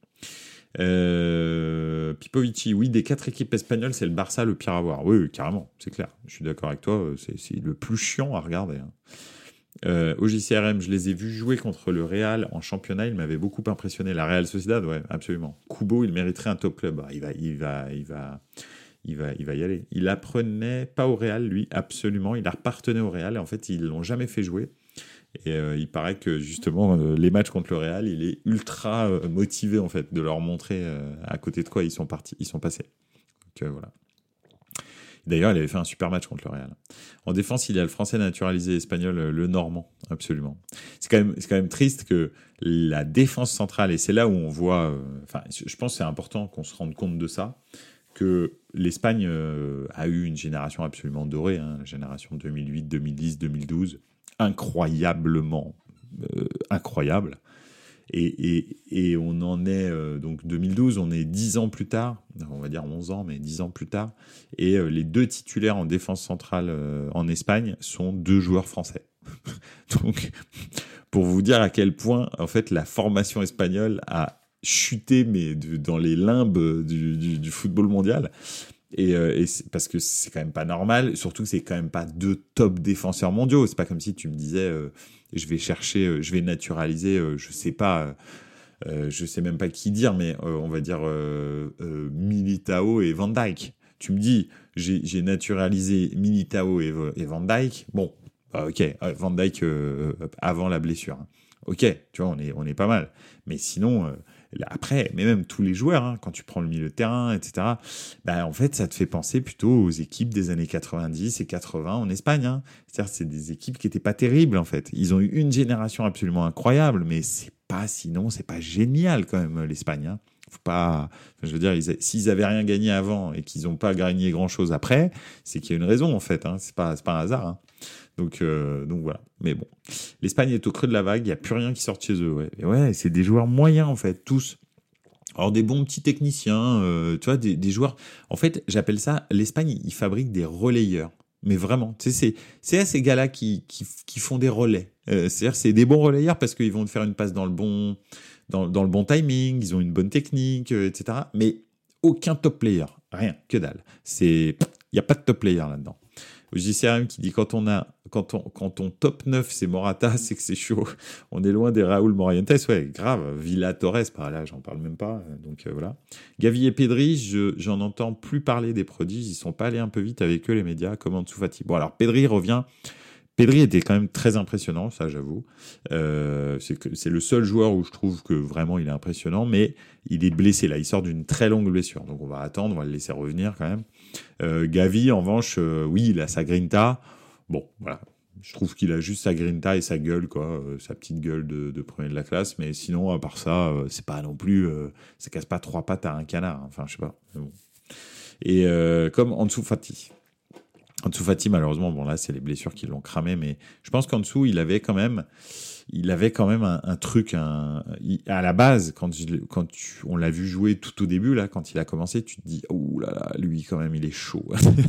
Euh, Pipovici, oui, des quatre équipes espagnoles, c'est le Barça le pire à voir. Oui, oui, carrément, c'est clair. Je suis d'accord avec toi, c'est, c'est le plus chiant à regarder. Hein. Euh, au J C R M, je les ai vus jouer contre le Real en championnat, il m'avait beaucoup impressionné. La Real Sociedad, ouais, absolument. Kubo, il mériterait un top club. Il va, il va, il va, il va, il va y aller. Il apprenait pas au Real, lui, absolument. Il appartenait au Real et en fait, ils l'ont jamais fait jouer. Et euh, il paraît que justement, euh, les matchs contre le Real, il est ultra euh, motivé en fait de leur montrer euh, à côté de quoi ils sont partis, ils sont passés. Donc euh, voilà. D'ailleurs, il avait fait un super match contre le Real. En défense, il y a le français naturalisé espagnol, le normand, absolument. C'est quand même, c'est quand même triste que la défense centrale, et c'est là où on voit, enfin, euh, je pense que c'est important qu'on se rende compte de ça, que l'Espagne euh, a eu une génération absolument dorée, hein, la génération deux mille huit, deux mille dix, deux mille douze, incroyablement euh, incroyable. Et, et, et on en est, euh, donc deux mille douze, on est dix ans plus tard, on va dire onze ans, mais dix ans plus tard, et euh, les deux titulaires en défense centrale euh, en Espagne sont deux joueurs français. Donc, pour vous dire à quel point, en fait, la formation espagnole a chuté, mais de, dans les limbes du, du, du football mondial. Et, euh, et parce que c'est quand même pas normal, surtout que c'est quand même pas deux top défenseurs mondiaux. C'est pas comme si tu me disais, euh, je vais chercher, euh, je vais naturaliser, euh, je sais pas, euh, je sais même pas qui dire, mais euh, on va dire euh, euh, Militao et Van Dijk. Tu me dis, j'ai, j'ai naturalisé Militao et, et Van Dijk. Bon, bah, ok, Van Dijk euh, avant la blessure. Hein. Ok, tu vois, on est, on est pas mal. Mais sinon. Euh, Après, mais même tous les joueurs, hein, quand tu prends le milieu de terrain, et cetera, bah, en fait, ça te fait penser plutôt aux équipes des années quatre-vingt-dix et quatre-vingts en Espagne. Hein. C'est-à-dire, c'est des équipes qui n'étaient pas terribles, en fait. Ils ont eu une génération absolument incroyable, mais c'est pas, sinon, c'est pas génial, quand même, l'Espagne. Hein. Faut pas, enfin, je veux dire, ils, s'ils avaient rien gagné avant et qu'ils n'ont pas gagné grand-chose après, c'est qu'il y a une raison, en fait. Hein. C'est pas, c'est pas un hasard. Hein. Donc, euh, donc voilà. Mais bon, l'Espagne est au creux de la vague, il n'y a plus rien qui sort de chez eux. Ouais, et ouais, c'est des joueurs moyens en fait, tous. Alors des bons petits techniciens, euh, tu vois, des, des joueurs. En fait, j'appelle ça, l'Espagne, ils fabriquent des relayeurs. Mais vraiment, tu sais, c'est, c'est à ces gars-là qui, qui, qui font des relais. Euh, c'est-à-dire, c'est des bons relayeurs parce qu'ils vont te faire une passe dans le bon, dans, dans le bon timing, ils ont une bonne technique, euh, et cetera. Mais aucun top player, rien, que dalle. C'est, il n'y a pas de top player là-dedans. Au J C R M qui dit quand on a quand on quand ton top neuf c'est Morata, c'est que c'est chaud. On est loin des Raúl Morientes, ouais, grave. Villa Torres par là, j'en parle même pas. Donc euh, voilà. Gavi et Pedri, je j'en entends plus parler des prodiges, ils sont pas allés un peu vite avec eux les médias comme Ansu Fati. Bon alors Pedri revient. Pedri était quand même très impressionnant, ça j'avoue. Euh, c'est, que, c'est le seul joueur où je trouve que vraiment il est impressionnant, mais il est blessé là, il sort d'une très longue blessure, donc on va attendre, on va le laisser revenir quand même. Euh, Gavi, en revanche, euh, oui, il a sa grinta. Bon, voilà, je trouve qu'il a juste sa grinta et sa gueule, quoi, euh, sa petite gueule de, de premier de la classe, mais sinon, à part ça, euh, c'est pas non plus, euh, ça casse pas trois pattes à un canard, enfin, je sais pas. Mais bon. Et euh, comme Ansu Fati. Ansu Fati, malheureusement, bon là, c'est les blessures qui l'ont cramé, mais je pense qu'en dessous, il avait quand même, il avait quand même un, un truc, un, il, à la base, quand, je, quand tu, on l'a vu jouer tout au début, là, quand il a commencé, tu te dis, oh là là, lui, quand même, il est chaud.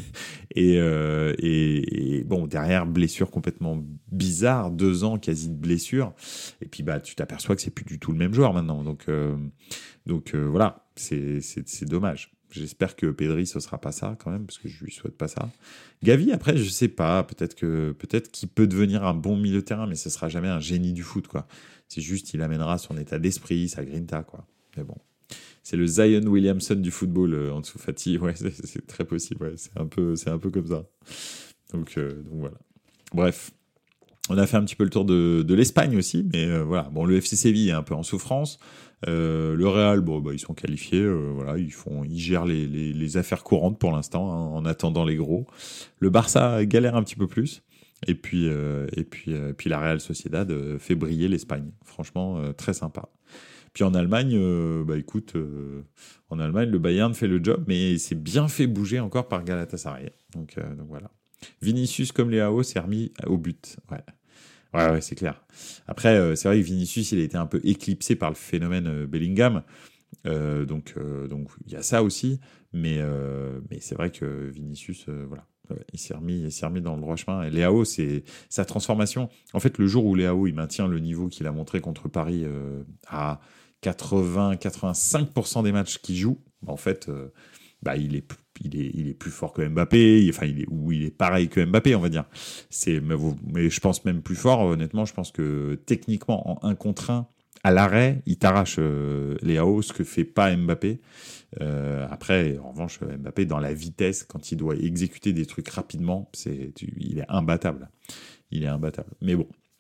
et, euh, et, et bon, derrière, blessure complètement bizarre, deux ans quasi de blessure, et puis bah, tu t'aperçois que c'est plus du tout le même joueur maintenant, donc, euh, donc euh, voilà, c'est, c'est, c'est dommage. J'espère que Pedri, ce sera pas ça quand même, parce que je lui souhaite pas ça. Gavi, après, je sais pas, peut-être que peut-être qu'il peut devenir un bon milieu de terrain, mais ce sera jamais un génie du foot, quoi. C'est juste, il amènera son état d'esprit, sa grinta, quoi. Mais bon, c'est le Zion Williamson du football, euh, Ansu Fati. Ouais, c'est, c'est très possible. Ouais, c'est un peu, c'est un peu comme ça. Donc, euh, donc voilà. Bref. On a fait un petit peu le tour de, de l'Espagne aussi, mais euh, voilà. Bon, le F C Séville est un peu en souffrance. Euh, le Real, bon, bah, ils sont qualifiés. Euh, voilà, ils font, ils gèrent les, les, les affaires courantes pour l'instant, hein, en attendant les gros. Le Barça galère un petit peu plus. Et puis, euh, et puis, euh, puis la Real Sociedad euh, fait briller l'Espagne. Franchement, euh, très sympa. Puis en Allemagne, euh, bah écoute, euh, en Allemagne, le Bayern fait le job, mais c'est bien fait bouger encore par Galatasaray. Donc, euh, donc voilà. Vinicius comme Léao s'est remis au but. Ouais. Ouais, ouais, c'est clair. Après, euh, c'est vrai que Vinicius, il a été un peu éclipsé par le phénomène euh, Bellingham. Euh, donc, euh, donc, il y a ça aussi. Mais, euh, mais c'est vrai que Vinicius, euh, voilà, ouais, il s'est remis, il s'est remis dans le droit chemin. Et Léao, c'est sa transformation. En fait, le jour où Léao, il maintient le niveau qu'il a montré contre Paris euh, à quatre-vingts à quatre-vingt-cinq pour cent des matchs qu'il joue, en fait, euh, bah, il est Il est, il est plus fort que Mbappé, enfin, il est, ou il est pareil que Mbappé, on va dire. C'est, mais, mais je pense même plus fort, honnêtement, je pense que techniquement, en un contre un, à l'arrêt, il t'arrache euh, Léao, ce que fait pas Mbappé. Euh, après, en revanche, Mbappé, dans la vitesse, quand il doit exécuter des trucs rapidement, c'est, tu, il est imbattable. Il est imbattable. Mais bon.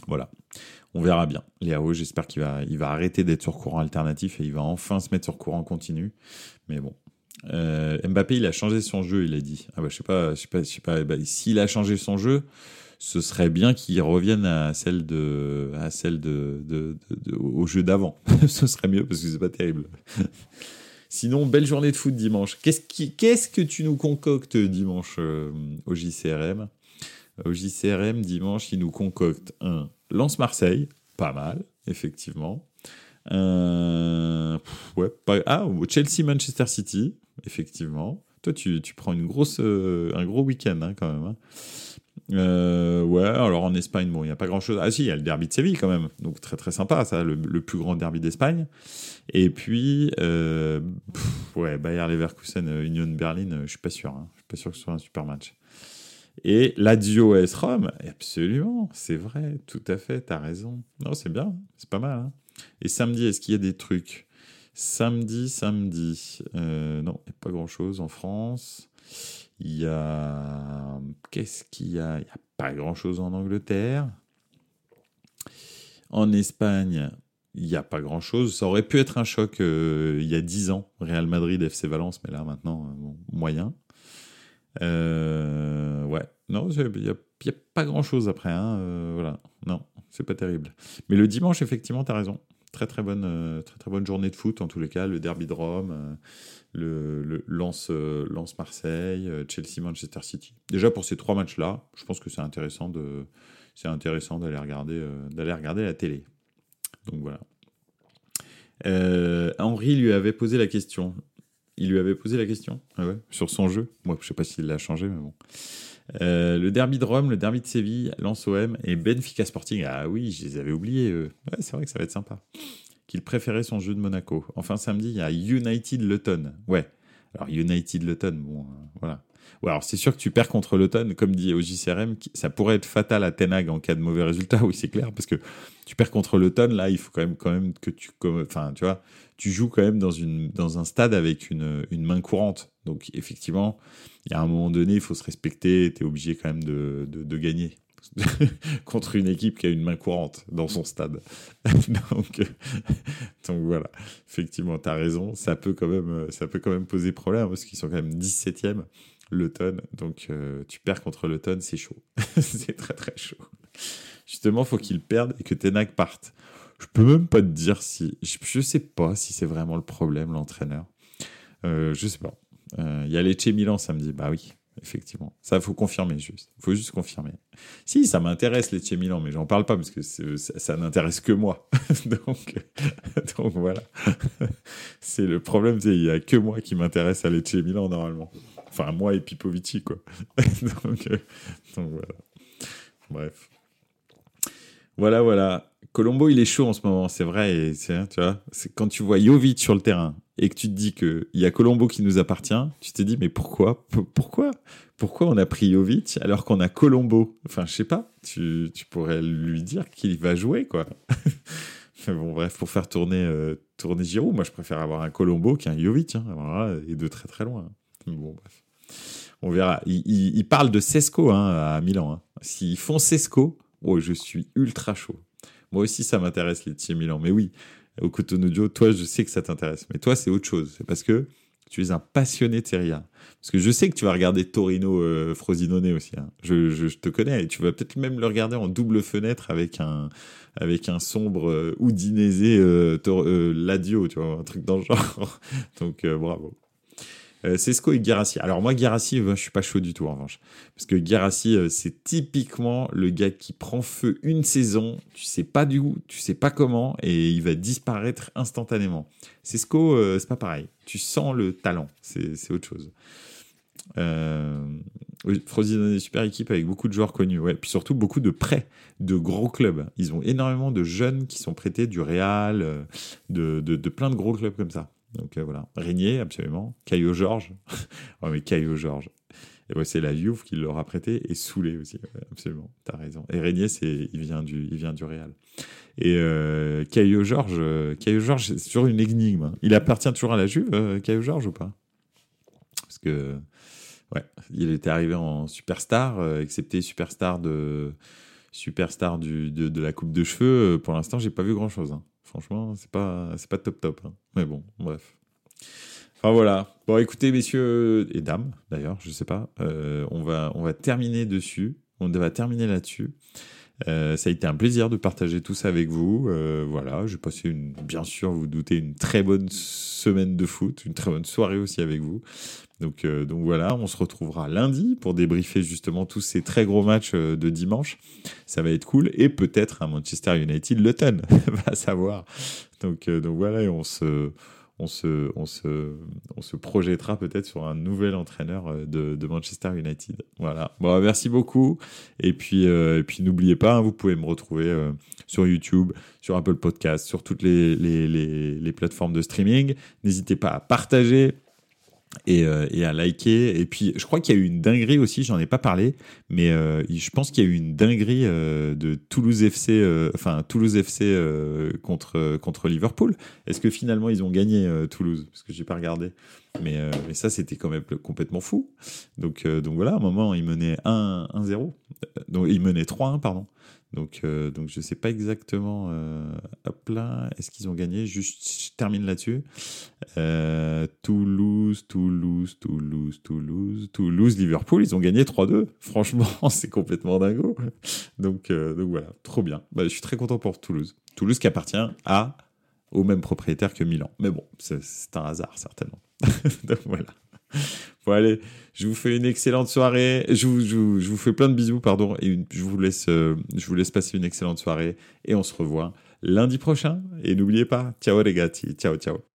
Voilà. On verra bien. Léao, j'espère qu'il va, il va arrêter d'être sur courant alternatif et il va enfin se mettre sur courant continu. Mais bon. Euh, Mbappé, il a changé son jeu, il a dit. Ah bah, je sais pas, je sais pas, je sais pas. Bah, s'il a changé son jeu, ce serait bien qu'il revienne à celle de, à celle de, de, de, de au jeu d'avant. Ce serait mieux parce que c'est pas terrible. Sinon, belle journée de foot dimanche. Qu'est-ce qui, qu'est-ce que tu nous concoctes dimanche euh, au J C R M? Au J C R M, dimanche, il nous concocte un Lens-Marseille, pas mal, effectivement. Euh, pff, ouais, pas, ah, Chelsea-Manchester City, effectivement. Toi, tu, tu prends une grosse, euh, un gros week-end hein, quand même. Hein. Euh, ouais, alors en Espagne, bon, il n'y a pas grand-chose. Ah si, il y a le derby de Séville quand même. Donc très très sympa, ça, le, le plus grand derby d'Espagne. Et puis, euh, pff, ouais, Bayer Leverkusen, Union Berlin, euh, je suis pas sûr. Hein. Je suis pas sûr que ce soit un super match. Et Lazio A S Rome, absolument, c'est vrai, tout à fait, t'as raison. Non, c'est bien, c'est pas mal. Hein. Et samedi, est-ce qu'il y a des trucs? Samedi, samedi, euh, non, il n'y a pas grand-chose en France. Il y a... Qu'est-ce qu'il y a? Il n'y a pas grand-chose en Angleterre. En Espagne, il n'y a pas grand-chose. Ça aurait pu être un choc euh, il y a dix ans, Real Madrid, F C Valence, mais là, maintenant, euh, bon, moyen. Euh, ouais, non, il n'y a, y a pas grand chose après, hein, euh, voilà, non, c'est pas terrible. Mais le dimanche, effectivement, t'as raison. Très très bonne, euh, très très bonne journée de foot en tous les cas. Le derby de Rome, euh, le, le Lens, euh, Lens Marseille, euh, Chelsea Manchester City. Déjà pour ces trois matchs-là, je pense que c'est intéressant de, c'est intéressant d'aller regarder, euh, d'aller regarder la télé. Donc voilà. Euh, Henri lui avait posé la question. Il lui avait posé la question ah ouais, sur son jeu. Moi, je sais pas s'il l'a changé, mais bon. Euh, le derby de Rome, le derby de Séville, Lens O M et Benfica Sporting. Ah oui, je les avais oubliés. Eux. Ouais, c'est vrai que ça va être sympa. Qu'il préférait son jeu de Monaco. Enfin, samedi, il y a United Luton. Ouais. Alors, United Luton, bon, euh, voilà. Ouais, alors c'est sûr que tu perds contre Luton, comme dit au J C R M, ça pourrait être fatal à Ten Hag en cas de mauvais résultat, oui, c'est clair, parce que tu perds contre Luton, là, il faut quand même, quand même que tu, enfin, tu vois, tu joues quand même dans, une, dans un stade avec une, une main courante. Donc, effectivement, il y a un moment donné, il faut se respecter, tu es obligé quand même de, de, de gagner contre une équipe qui a une main courante dans son stade. donc, donc voilà, effectivement, tu as raison, ça peut, quand même, ça peut quand même poser problème parce qu'ils sont quand même dix-septième, Luton, donc euh, tu perds contre Luton, c'est chaud. c'est très très chaud. Justement, il faut qu'ils perdent et que Ten Hag parte. Je peux même pas te dire si... Je, je sais pas si c'est vraiment le problème, l'entraîneur. Euh, je sais pas. Il euh, y a Lecce Milan samedi, bah oui. Effectivement. Ça, il faut confirmer juste. Il faut juste confirmer. Si, ça m'intéresse, Lecce Milan, mais j'en parle pas parce que c'est, ça, ça n'intéresse que moi. donc, donc voilà. c'est le problème, c'est il y a que moi qui m'intéresse à Lecce Milan normalement. Enfin, moi et Pipovici, quoi. donc, euh, donc voilà. Bref. Voilà, voilà. Colombo, il est chaud en ce moment, c'est vrai. Et c'est, tu vois, c'est quand tu vois Jovic sur le terrain et que tu te dis qu'il y a Colombo qui nous appartient, tu te dis, mais pourquoi P- Pourquoi Pourquoi on a pris Jovic alors qu'on a Colombo? Enfin, je sais pas, tu, tu pourrais lui dire qu'il va jouer, quoi. Mais bon, bref, pour faire tourner, euh, tourner Giroud, moi, je préfère avoir un Colombo qu'un Jovic, hein, voilà, et de très très loin. Mais bon, bref. On verra. Il, il, il parle de Sesco hein, à Milan. Hein. S'ils font Sesco, oh, je suis ultra chaud. Moi aussi, ça m'intéresse, les Lecce Milan. Mais oui, au Cotonou, toi, je sais que ça t'intéresse. Mais toi, c'est autre chose. C'est parce que tu es un passionné de Serie A. Parce que je sais que tu vas regarder Torino euh, Frosinone aussi. Hein. Je, je, je te connais. Et tu vas peut-être même le regarder en double fenêtre avec un, avec un sombre euh, Udinese euh, tor- euh, Ladio, tu vois, un truc dans le genre. Donc, euh, bravo. Euh, Sesco et Guirassy. Alors moi, Guirassy, euh, je suis pas chaud du tout en revanche. Parce que Guirassy, euh, c'est typiquement le gars qui prend feu une saison, tu sais pas du où, tu sais pas comment, et il va disparaître instantanément. Sesco, euh, c'est pas pareil. Tu sens le talent, c'est, c'est autre chose. Euh... Frosinone est super équipe avec beaucoup de joueurs connus, ouais. Puis surtout beaucoup de prêts de gros clubs. Ils ont énormément de jeunes qui sont prêtés du Real, euh, de, de, de plein de gros clubs comme ça. Donc euh, voilà, Régnier, absolument. Caio Georges. oh, mais Caio Georges. Et ouais, c'est la Juve qui l'aura prêté. Et Soulé aussi, ouais, absolument. T'as raison. Et Régnier, c'est, il, vient du, il vient du Real. Et euh, Caio Georges, euh, Caio Georges, c'est toujours une énigme. Il appartient toujours à la Juve, euh, Caio Georges, ou pas? Parce que, ouais, il était arrivé en superstar, euh, excepté superstar de. superstar du, de, de la coupe de cheveux, pour l'instant, j'ai pas vu grand-chose. Hein. Franchement, c'est pas, c'est pas top top. Hein. Mais bon, bref. Enfin voilà. Bon, écoutez, messieurs et dames, d'ailleurs, je sais pas, euh, on va, on va terminer dessus. On va terminer là-dessus. Euh, ça a été un plaisir de partager tout ça avec vous. Euh, voilà, j'ai passé une, bien sûr, vous, vous doutez, une très bonne semaine de foot, une très bonne soirée aussi avec vous. Donc, euh, donc voilà, on se retrouvera lundi pour débriefer justement tous ces très gros matchs euh, de dimanche. Ça va être cool. Et peut-être un Manchester United-Luton, va savoir. Donc, euh, donc voilà, et on se... On se, on, se, on se projettera peut-être sur un nouvel entraîneur de, de Manchester United. Voilà. Bon, merci beaucoup. Et puis, euh, et puis n'oubliez pas, hein, vous pouvez me retrouver euh, sur YouTube, sur Apple Podcasts, sur toutes les, les, les, les plateformes de streaming. N'hésitez pas à partager et, euh, et à liker. Et puis, je crois qu'il y a eu une dinguerie aussi, j'en ai pas parlé, mais euh, je pense qu'il y a eu une dinguerie euh, de Toulouse F C, euh, enfin Toulouse F C euh, contre contre Liverpool. Est-ce que finalement ils ont gagné euh, Toulouse? Parce que j'ai pas regardé. Mais, euh, mais ça, c'était quand même complètement fou. Donc, euh, donc voilà, à un moment, ils menaient un zéro. Donc, ils menaient trois un, pardon. Donc, euh, donc je sais pas exactement. Euh, hop là, est-ce qu'ils ont gagné? Juste, je termine là-dessus. Euh, Toulouse, Toulouse, Toulouse, Toulouse, Toulouse, Liverpool, ils ont gagné trois deux. Franchement, c'est complètement dingo. Donc, euh, donc voilà, trop bien. Bah, je suis très content pour Toulouse. Toulouse qui appartient à, au même propriétaire que Milan. Mais bon, c'est, c'est un hasard, certainement. Donc voilà. Bon, allez, je vous fais une excellente soirée. Je vous, je vous, je vous fais plein de bisous, pardon. Et une, je, vous laisse, euh, je vous laisse passer une excellente soirée. Et on se revoit lundi prochain. Et n'oubliez pas, ciao les gars. Ciao, ciao.